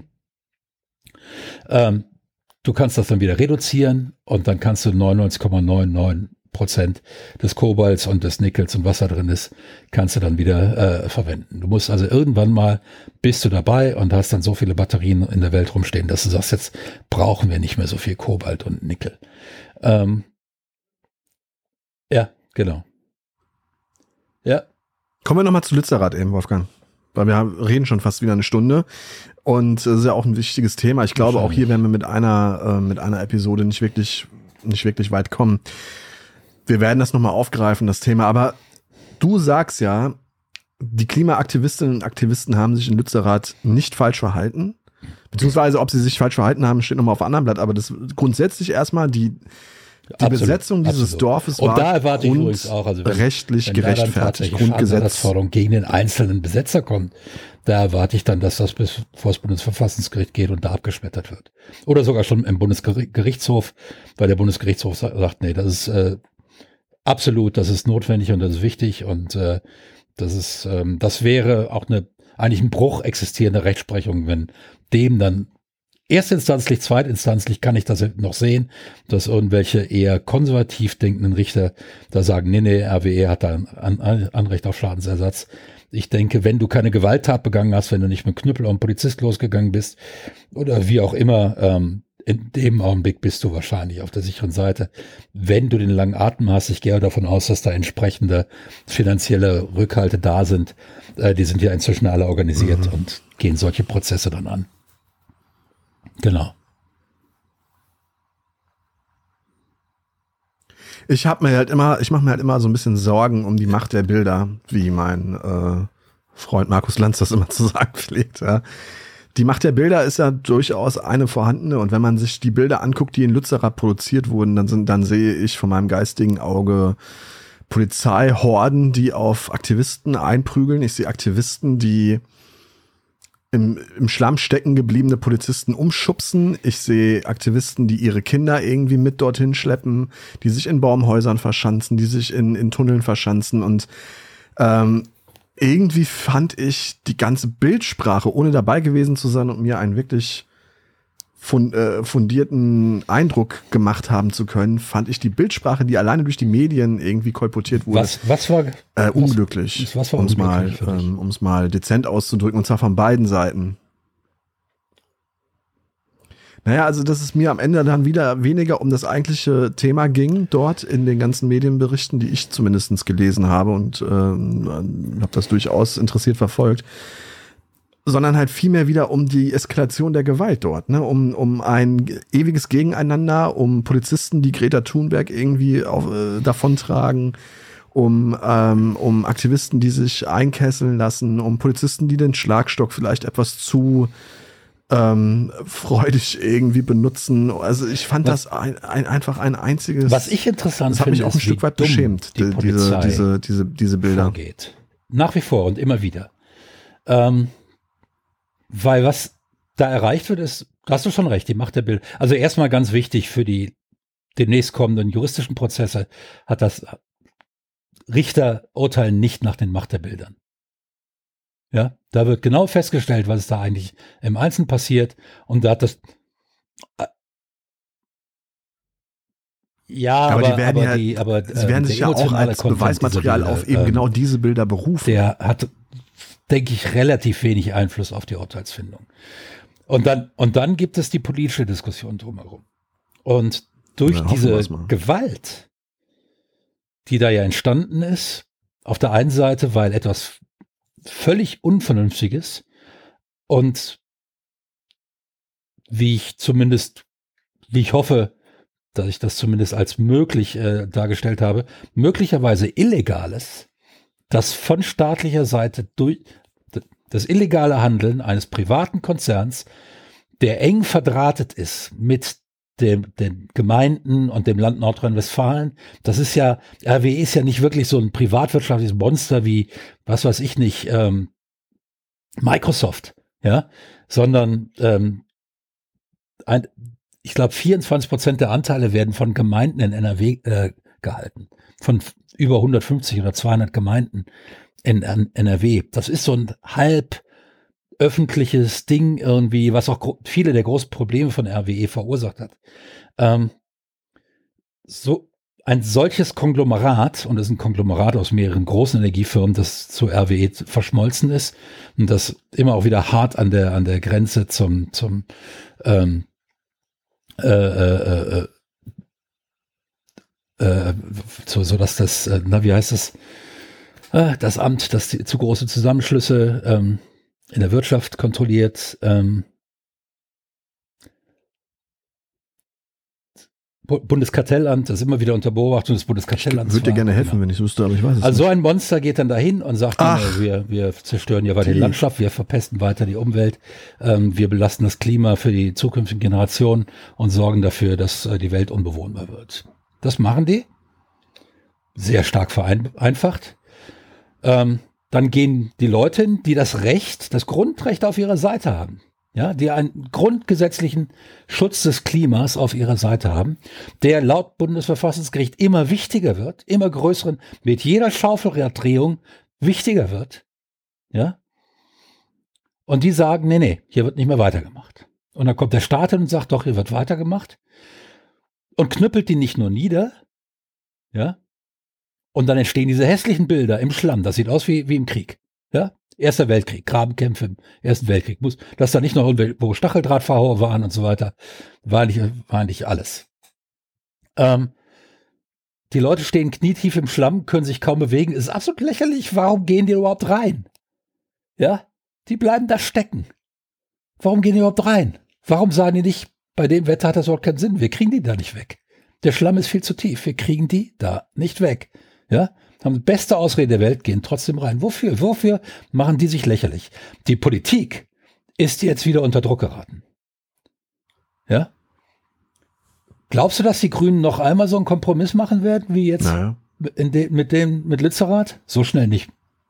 Du kannst das dann wieder reduzieren und dann kannst du 99,99% des Kobalts und des Nickels und was da drin ist, kannst du dann wieder verwenden. Du musst also irgendwann mal, bist du dabei und hast dann so viele Batterien in der Welt rumstehen, dass du sagst, jetzt brauchen wir nicht mehr so viel Kobalt und Nickel. Ja, genau. Ja. Kommen wir nochmal zu Lützerath eben, Wolfgang. Weil wir reden schon fast wieder eine Stunde. Und das ist ja auch ein wichtiges Thema. Ich glaube, auch hier werden wir mit einer Episode nicht wirklich weit kommen. Wir werden das nochmal aufgreifen, das Thema. Aber du sagst ja, die Klimaaktivistinnen und Aktivisten haben sich in Lützerath nicht falsch verhalten. Beziehungsweise, ob sie sich falsch verhalten haben, steht nochmal auf einem anderen Blatt. Aber das grundsätzlich erstmal die Besetzung dieses Dorfes und war da erwarte ich übrigens auch, also rechtlich gerechtfertigt. Grundgesetzforderung gegen den einzelnen Besetzer kommt, da erwarte ich dann, dass das bis vor das Bundesverfassungsgericht geht und da abgeschmettert wird. Oder sogar schon im Bundesgerichtshof, weil der Bundesgerichtshof sagt, nee, das ist absolut, das ist notwendig und das ist wichtig und das wäre auch eigentlich ein Bruch existierender Rechtsprechung, wenn dem dann erstinstanzlich, zweitinstanzlich kann ich das noch sehen, dass irgendwelche eher konservativ denkenden Richter da sagen, nee, RWE hat da ein Anrecht auf Schadensersatz. Ich denke, wenn du keine Gewalttat begangen hast, wenn du nicht mit Knüppel auf einen Polizist losgegangen bist oder wie auch immer, in dem Augenblick bist du wahrscheinlich auf der sicheren Seite. Wenn du den langen Atem hast, ich gehe davon aus, dass da entsprechende finanzielle Rückhalte da sind. Die sind ja inzwischen alle organisiert und gehen solche Prozesse dann an. Genau. Ich mache mir halt immer so ein bisschen Sorgen um die Macht der Bilder, wie mein Freund Markus Lanz das immer zu sagen pflegt. Ja. Die Macht der Bilder ist ja durchaus eine vorhandene, und wenn man sich die Bilder anguckt, die in Lützerath produziert wurden, dann sehe ich von meinem geistigen Auge Polizeihorden, die auf Aktivisten einprügeln. Ich sehe Aktivisten, die im Schlamm stecken gebliebene Polizisten umschubsen. Ich sehe Aktivisten, die ihre Kinder irgendwie mit dorthin schleppen, die sich in Baumhäusern verschanzen, die sich in Tunneln verschanzen. Und irgendwie fand ich die ganze Bildsprache, ohne dabei gewesen zu sein und mir einen wirklich fundierten Eindruck gemacht haben zu können, fand ich die Bildsprache, die alleine durch die Medien irgendwie kolportiert wurde, was war unglücklich, um es mal dezent auszudrücken, und zwar von beiden Seiten. Naja, also dass es mir am Ende dann wieder weniger um das eigentliche Thema ging, dort in den ganzen Medienberichten, die ich zumindest gelesen habe und habe das durchaus interessiert verfolgt, sondern halt vielmehr wieder um die Eskalation der Gewalt dort, ne? Um ein ewiges Gegeneinander, um Polizisten, die Greta Thunberg irgendwie davontragen, um Aktivisten, die sich einkesseln lassen, um Polizisten, die den Schlagstock vielleicht etwas zu freudig irgendwie benutzen. Also ich fand das einfach ein einziges. Was ich interessant finde, das hat mich auch ein Stück weit beschämt, diese Bilder. Vorgeht. Nach wie vor und immer wieder. Weil was da erreicht wird, ist, da hast du schon recht, die Macht der Bilder. Also erstmal ganz wichtig für die demnächst kommenden juristischen Prozesse hat das Richter urteilen nicht nach den Macht der Bildern. Ja, da wird genau festgestellt, was ist da eigentlich im Einzelnen passiert. Und da hat das. Ja, aber sie werden sich ja auch als Beweismaterial auf eben genau diese Bilder berufen. Der hat, denke ich, relativ wenig Einfluss auf die Urteilsfindung. Und dann gibt es die politische Diskussion drumherum. Und durch diese Gewalt, die da ja entstanden ist, auf der einen Seite, weil etwas völlig Unvernünftiges und wie ich hoffe, dass ich das zumindest als möglich dargestellt habe, möglicherweise Illegales, das von staatlicher Seite durch das illegale Handeln eines privaten Konzerns, der eng verdrahtet ist mit den Gemeinden und dem Land Nordrhein-Westfalen. Das ist ja, RWE ist ja nicht wirklich so ein privatwirtschaftliches Monster wie, was weiß ich nicht, Microsoft, ja, sondern ich glaube, 24% der Anteile werden von Gemeinden in NRW gehalten. Von über 150 oder 200 Gemeinden in NRW. Das ist so ein halb öffentliches Ding irgendwie, was auch viele der großen Probleme von RWE verursacht hat. So ein solches Konglomerat, und das ist ein Konglomerat aus mehreren großen Energiefirmen, das zu RWE verschmolzen ist und das immer auch wieder hart an der Grenze so dass das, wie heißt das? Das Amt, das zu große Zusammenschlüsse in der Wirtschaft kontrolliert. Bundeskartellamt, das ist immer wieder unter Beobachtung des Bundeskartellamts. Ich würde dir gerne helfen, wenn ich es wüsste, aber ich weiß es nicht. Also so ein Monster geht dann dahin und sagt, wir zerstören ja weiter die Landschaft, wir verpesten weiter die Umwelt, wir belasten das Klima für die zukünftigen Generationen und sorgen dafür, dass die Welt unbewohnbar wird. Das machen die. Sehr stark vereinfacht. Dann gehen die Leute hin, die das Grundrecht auf ihrer Seite haben. Ja, die einen grundgesetzlichen Schutz des Klimas auf ihrer Seite haben, der laut Bundesverfassungsgericht immer wichtiger wird, immer größeren, mit jeder Schaufelraddrehung wichtiger wird. Ja. Und die sagen, nee, hier wird nicht mehr weitergemacht. Und dann kommt der Staat hin und sagt, doch, hier wird weitergemacht. Und knüppelt die nicht nur nieder, ja. Und dann entstehen diese hässlichen Bilder im Schlamm. Das sieht aus wie im Krieg. Ja. Erster Weltkrieg, Grabenkämpfe im Ersten Weltkrieg. Dass da nicht noch irgendwo Stacheldrahtverhaue waren und so weiter, war nicht alles. Die Leute stehen knietief im Schlamm, können sich kaum bewegen. Es ist absolut lächerlich. Warum gehen die überhaupt rein? Ja, die bleiben da stecken. Warum gehen die überhaupt rein? Warum sagen die nicht, bei dem Wetter hat das überhaupt keinen Sinn. Wir kriegen die da nicht weg. Der Schlamm ist viel zu tief. Wir kriegen die da nicht weg. Ja, haben die beste Ausrede der Welt, gehen trotzdem rein. Wofür machen die sich lächerlich? Die Politik ist jetzt wieder unter Druck geraten. Ja? Glaubst du, dass die Grünen noch einmal so einen Kompromiss machen werden, wie jetzt mit Lützerath? So schnell nicht.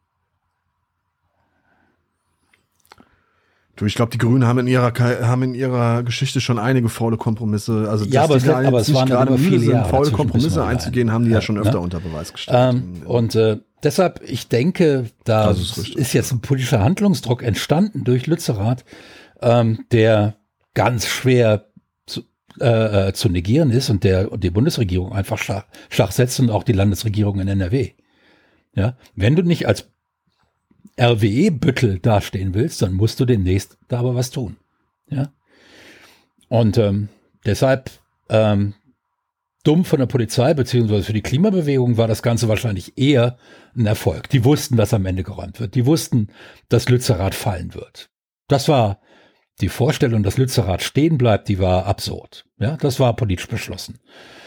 Du, ich glaube, die Grünen haben in ihrer Geschichte schon einige faule Kompromisse. Also, ja, aber es waren gerade über viele Jahre, faule Kompromisse einzugehen, haben die ja schon öfter unter Beweis gestellt. Deshalb, ich denke, da ist jetzt ein politischer Handlungsdruck entstanden durch Lützerath, der ganz schwer zu negieren ist und die Bundesregierung einfach schach setzt und auch die Landesregierung in NRW. Ja, wenn du nicht als RWE-Büttel dastehen willst, dann musst du demnächst da aber was tun. Ja? Und deshalb dumm von der Polizei, beziehungsweise für die Klimabewegung war das Ganze wahrscheinlich eher ein Erfolg. Die wussten, dass am Ende geräumt wird. Die wussten, dass Lützerath fallen wird. Das war die Vorstellung, dass Lützerath stehen bleibt, die war absurd. Ja, das war politisch beschlossen.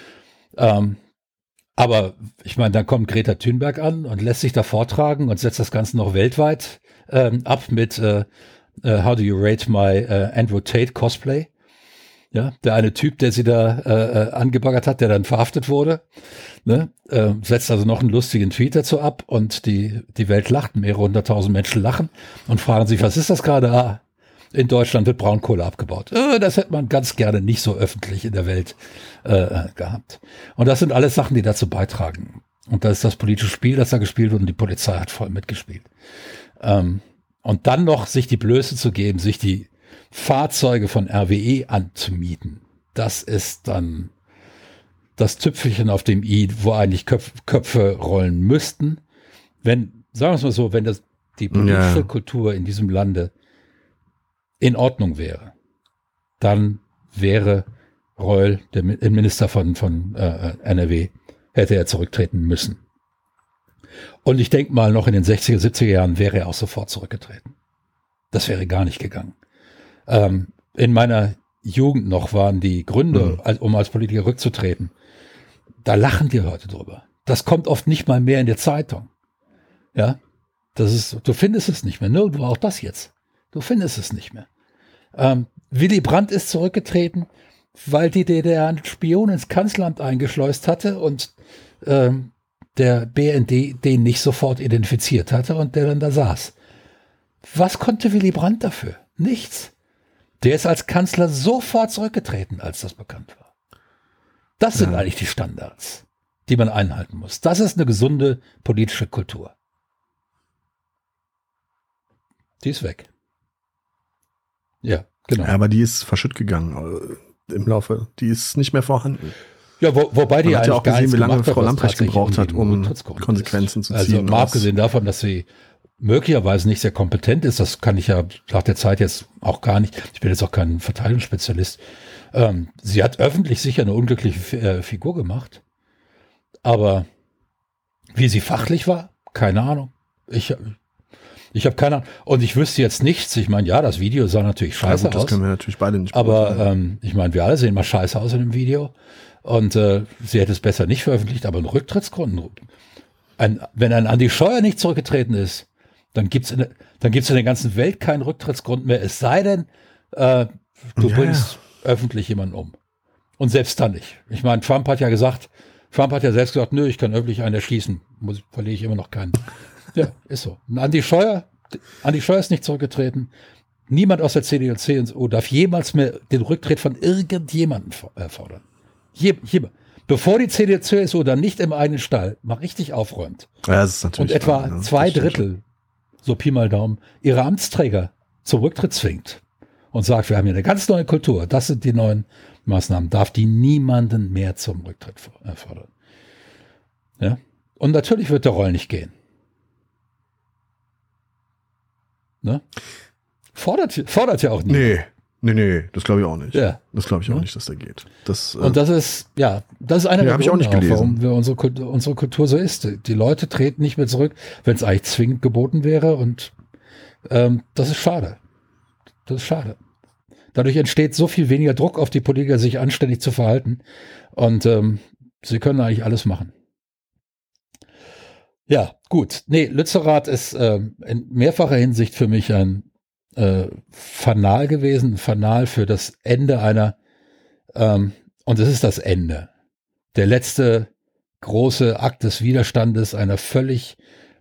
Aber ich meine, dann kommt Greta Thunberg an und lässt sich da vortragen und setzt das Ganze noch weltweit ab mit How do you rate my Andrew Tate Cosplay? Ja, der eine Typ, der sie da angebaggert hat, der dann verhaftet wurde, ne, setzt also noch einen lustigen Tweet dazu ab und die Welt lacht, mehrere 100.000 Menschen lachen und fragen sich, was ist das gerade? In Deutschland wird Braunkohle abgebaut. Das hätte man ganz gerne nicht so öffentlich in der Welt gehabt. Und das sind alles Sachen, die dazu beitragen. Und das ist das politische Spiel, das da gespielt wird und die Polizei hat voll mitgespielt. Und dann noch sich die Blöße zu geben, sich die Fahrzeuge von RWE anzumieten, das ist dann das Tüpfelchen auf dem i, wo eigentlich Köpfe rollen müssten. Wenn, sagen wir es mal so, wenn die politische Kultur in diesem Lande in Ordnung wäre, dann wäre Reul, der Minister von NRW, hätte er zurücktreten müssen. Und ich denke mal, noch in den 60er, 70er Jahren wäre er auch sofort zurückgetreten. Das wäre gar nicht gegangen. In meiner Jugend noch waren die Gründe, um als Politiker rückzutreten, da lachen die Leute drüber. Das kommt oft nicht mal mehr in der Zeitung. Ja, du findest es nicht mehr. Nirgendwo, auch das jetzt. Du findest es nicht mehr. Willy Brandt ist zurückgetreten, weil die DDR einen Spion ins Kanzleramt eingeschleust hatte und der BND den nicht sofort identifiziert hatte und der dann da saß. Was konnte Willy Brandt dafür? Nichts. Der ist als Kanzler sofort zurückgetreten, als das bekannt war. Das sind eigentlich die Standards, die man einhalten muss. Das ist eine gesunde politische Kultur. Die ist weg. Ja, genau. Ja, aber die ist verschütt gegangen im Laufe. Die ist nicht mehr vorhanden. Ja, wobei die man hat ja auch gesehen, wie lange Frau Lamprecht gebraucht hat, um Konsequenzen zu ziehen. Also mal abgesehen davon, dass sie möglicherweise nicht sehr kompetent ist, das kann ich ja nach der Zeit jetzt auch gar nicht, ich bin jetzt auch kein Verteidigungsspezialist, sie hat öffentlich sicher eine unglückliche Figur gemacht, aber wie sie fachlich war, keine Ahnung. Ich habe keine Ahnung. Und ich wüsste jetzt nichts, ich meine, ja, das Video sah natürlich scheiße aus. Das können wir natürlich beide nicht aber ich meine, wir alle sehen mal scheiße aus in dem Video. Und sie hätte es besser nicht veröffentlicht, aber ein Rücktrittsgrund. Wenn ein Andi Scheuer nicht zurückgetreten ist, dann gibt's in der ganzen Welt keinen Rücktrittsgrund mehr, es sei denn, du bringst öffentlich jemanden um. Und selbst dann nicht. Ich meine, Trump hat ja selbst gesagt, nö, ich kann öffentlich einen erschießen, verliere ich immer noch keinen. Ja, ist so. Und Andi Scheuer ist nicht zurückgetreten. Niemand aus der CDU und CSU darf jemals mehr den Rücktritt von irgendjemandem fordern. Bevor die CDU, CSU dann nicht im eigenen Stall mal richtig aufräumt das ist natürlich und etwa 2/3, so Pi mal Daumen, ihre Amtsträger zum Rücktritt zwingt und sagt, wir haben hier eine ganz neue Kultur, das sind die neuen Maßnahmen, darf die niemanden mehr zum Rücktritt fordern. Ja? Und natürlich wird der Reul nicht gehen. Ne? Fordert ja auch nie. Nee, das glaube ich auch nicht. Ja. Das glaube ich auch nicht, dass der geht. Und das ist einer der Gründe, warum unsere Kultur so ist. Die Leute treten nicht mehr zurück, wenn es eigentlich zwingend geboten wäre. Und das ist schade. Das ist schade. Dadurch entsteht so viel weniger Druck auf die Politiker, sich anständig zu verhalten. Und sie können eigentlich alles machen. Ja, gut. Nee, Lützerath ist in mehrfacher Hinsicht für mich ein Fanal gewesen, Fanal für das Ende einer, und es ist das Ende, der letzte große Akt des Widerstandes einer völlig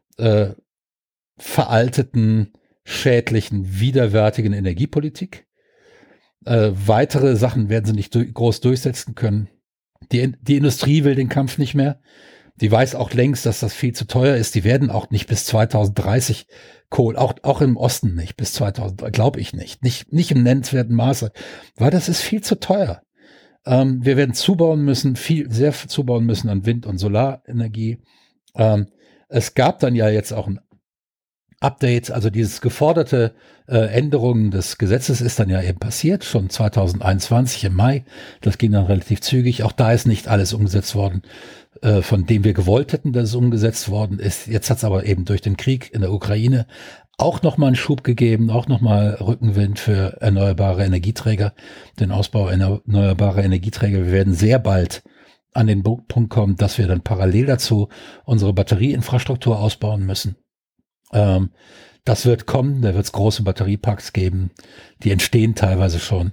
veralteten, schädlichen, widerwärtigen Energiepolitik. Weitere Sachen werden sie nicht groß durchsetzen können. Die Industrie will den Kampf nicht mehr. Die weiß auch längst, dass das viel zu teuer ist. Die werden auch nicht bis 2030 Kohle, auch im Osten nicht, bis 2000, glaube ich nicht im nennenswerten Maße, weil das ist viel zu teuer. Wir werden sehr zubauen müssen an Wind- und Solarenergie. Es gab dann ja jetzt auch ein Update, also dieses geforderte Änderungen des Gesetzes ist dann ja eben passiert, schon 2021 im Mai. Das ging dann relativ zügig. Auch da ist nicht alles umgesetzt worden, von dem wir gewollt hätten, dass es umgesetzt worden ist. Jetzt hat es aber eben durch den Krieg in der Ukraine auch nochmal einen Schub gegeben, auch nochmal Rückenwind für erneuerbare Energieträger, den Ausbau erneuerbarer Energieträger. Wir werden sehr bald an den Punkt kommen, dass wir dann parallel dazu unsere Batterieinfrastruktur ausbauen müssen. Das wird kommen, da wird es große Batterieparks geben, die entstehen teilweise schon.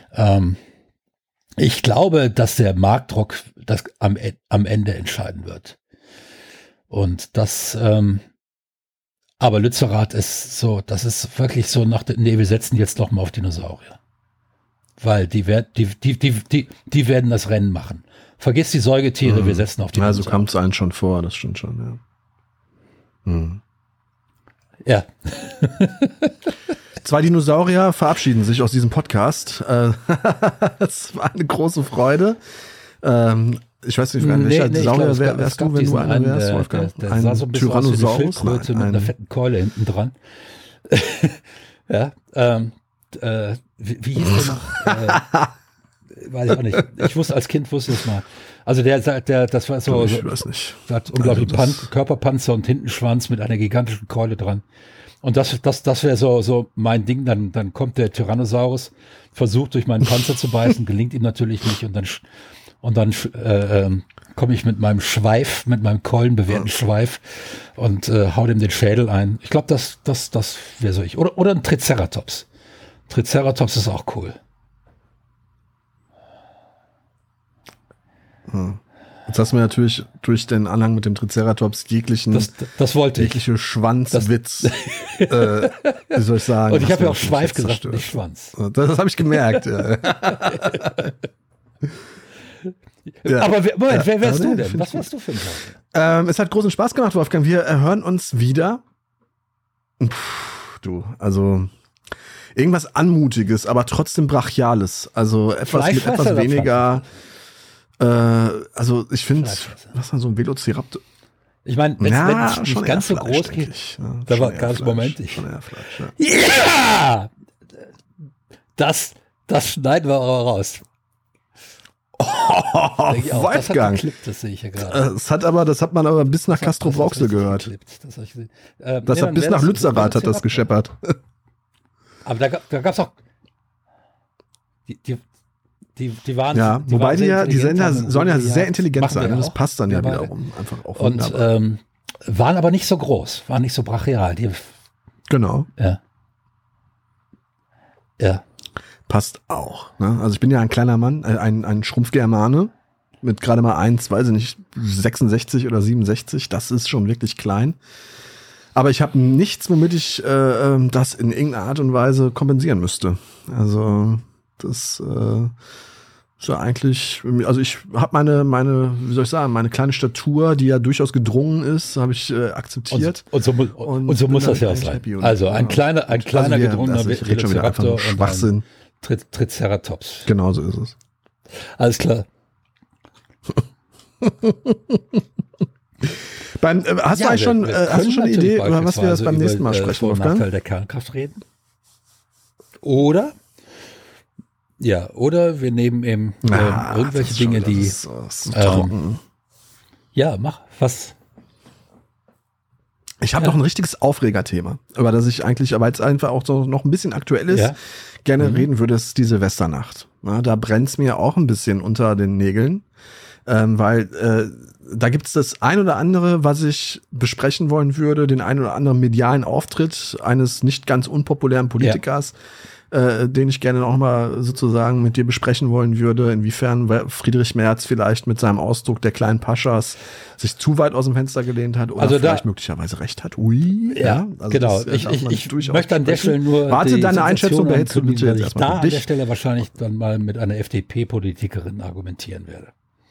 Ich glaube, dass der Marktdruck das am Ende entscheiden wird. Und das, aber Lützerath ist so, das ist wirklich so wir setzen jetzt noch mal auf Dinosaurier. Weil die werden das Rennen machen. Vergiss die Säugetiere, wir setzen auf die Dinosaurier. Also kam es allen schon vor, das stimmt schon, ja. Ja. 2 Dinosaurier verabschieden sich aus diesem Podcast. Es war eine große Freude. Ich weiß nicht, welcher Dinosaurier wärst du, wenn du einer wärst, Wolfgang? Der sah so ein bisschen aus wie eine Schildkröte mit einer fetten Keule hinten dran. Ja, wie hieß der noch? Weiß ich auch nicht. Ich wusste als Kind es mal. Also das war so, ich weiß nicht. Der hat unglaublich Körperpanzer und Hintenschwanz mit einer gigantischen Keule dran. Und das wäre so mein Ding. Dann kommt der Tyrannosaurus, versucht durch meinen Panzer zu beißen, gelingt ihm natürlich nicht und dann komme ich mit meinem Schweif, mit meinem keulenbewehrten Schweif und hau dem den Schädel ein. Ich glaube, das wäre so ich. Oder ein Triceratops. Triceratops ist auch cool. Jetzt hast du mir natürlich durch den Anhang mit dem Triceratops das wollte jegliche Schwanzwitz, wie soll ich sagen. Und ich habe ja auch Schweif gesagt, nicht Schwanz. Das habe ich gemerkt. Ja. Ja. Aber Moment, wer wärst du denn? Was wärst du für ein Es hat großen Spaß gemacht, Wolfgang. Wir hören uns wieder. Also irgendwas Anmutiges, aber trotzdem Brachiales. Also etwas mit etwas weniger. Also ich finde, was war so ein Velociraptor? Ich meine, wenn es nicht ganz so groß geht, da war ganz Moment. Ja! Das schneiden wir aber raus. Wolfgang. Das sehe ich ja gerade. Das hat man aber bis nach Castrop-Rauxel gehört. Das hat bis nach Lützerath hat das gescheppert. Aber da gab es auch die waren. Ja, wobei die Sender sollen ja sehr intelligent sein. Das passt dann ja wiederum einfach auch. Und waren aber nicht so groß, waren nicht so brachial. Genau. Ja. Passt auch. Ne? Also ich bin ja ein kleiner Mann, ein Schrumpfgermane mit gerade mal 66 oder 67. Das ist schon wirklich klein. Aber ich habe nichts, womit ich das in irgendeiner Art und Weise kompensieren müsste. Also das ist ja eigentlich, also ich habe meine, wie soll ich sagen, meine kleine Statur, die ja durchaus gedrungen ist, habe ich akzeptiert. Und so muss das ja auch sein. Also ein kleiner gedrungener Velociraptor und Schwachsinn. Triceratops. Genau so ist es. Alles klar. Hast du schon eine Idee, über was wir das beim nächsten Mal sprechen, Wolfgang? Nachteil der Kernkraft reden. Oder wir nehmen eben irgendwelche Dinge, die trocken. Mach was. Ich habe noch ein richtiges Aufregerthema, über das ich eigentlich, aber jetzt einfach auch so noch ein bisschen aktuell ist, gerne reden würde, ist die Silvesternacht. Na, da brennt's mir auch ein bisschen unter den Nägeln, weil da gibt's das ein oder andere, was ich besprechen wollen würde, den ein oder anderen medialen Auftritt eines nicht ganz unpopulären Politikers, den ich gerne noch mal sozusagen mit dir besprechen wollen würde, inwiefern Friedrich Merz vielleicht mit seinem Ausdruck der kleinen Paschas sich zu weit aus dem Fenster gelehnt hat oder vielleicht möglicherweise recht hat. Also genau. Ich möchte an der Stelle nur deine Einschätzung behältst du bitte jetzt erstmal an der Stelle wahrscheinlich dann mal mit einer FDP-Politikerin argumentieren werde.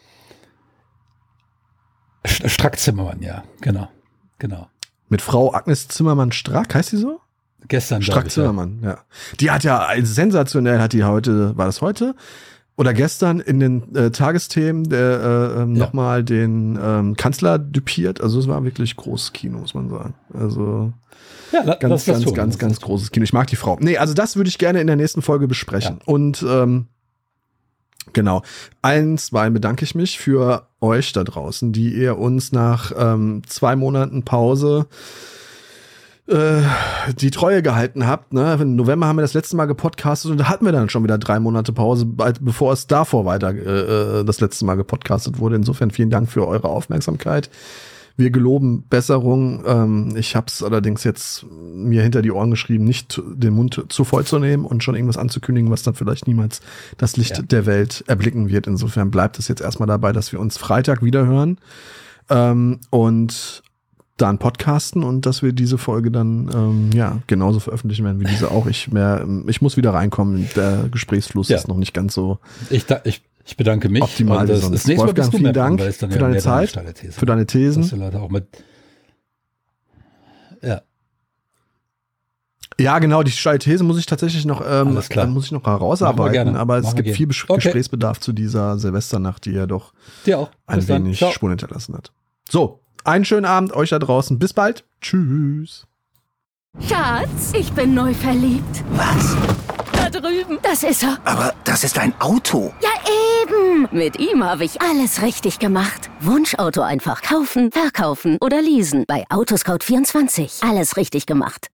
Strack-Zimmermann, ja, genau. Mit Frau Agnes Zimmermann-Strack, heißt die so? Gestern, Strack-Zimmermann, ja. Die hat ja sensationell, war das heute? Oder gestern in den Tagesthemen nochmal den Kanzler düpiert. Also es war wirklich großes Kino, muss man sagen. Also ganz großes Kino. Ich mag die Frau. Nee, also das würde ich gerne in der nächsten Folge besprechen. Ja. Und genau. Zwei bedanke ich mich für euch da draußen, die ihr uns nach 2 Monaten Pause die Treue gehalten habt. Ne? Im November haben wir das letzte Mal gepodcastet und da hatten wir dann schon wieder 3 Monate Pause, bevor es davor weiter das letzte Mal gepodcastet wurde. Insofern vielen Dank für eure Aufmerksamkeit. Wir geloben Besserung. Ich habe es allerdings jetzt mir hinter die Ohren geschrieben, nicht den Mund zu voll zu nehmen und schon irgendwas anzukündigen, was dann vielleicht niemals das Licht der Welt erblicken wird. Insofern bleibt es jetzt erstmal dabei, dass wir uns Freitag wieder hören und dann podcasten und dass wir diese Folge dann genauso veröffentlichen werden wie diese auch. Ich muss wieder reinkommen. Der Gesprächsfluss ist noch nicht ganz so. Ich bedanke mich. Optimal. Das nächste Mal Wolfgang, vielen Dank für deine Zeit, für deine Thesen. Dass du Leute auch mit Ja, genau, die steile These muss ich tatsächlich noch, herausarbeiten, aber es gibt viel Gesprächsbedarf zu dieser Silvesternacht, die ja doch ein wenig Spuren hinterlassen hat. So, einen schönen Abend euch da draußen. Bis bald. Tschüss. Schatz, ich bin neu verliebt. Was? Da drüben. Das ist er. Aber das ist ein Auto. Ja, eben. Mit ihm habe ich alles richtig gemacht. Wunschauto einfach kaufen, verkaufen oder leasen. Bei Autoscout24. Alles richtig gemacht.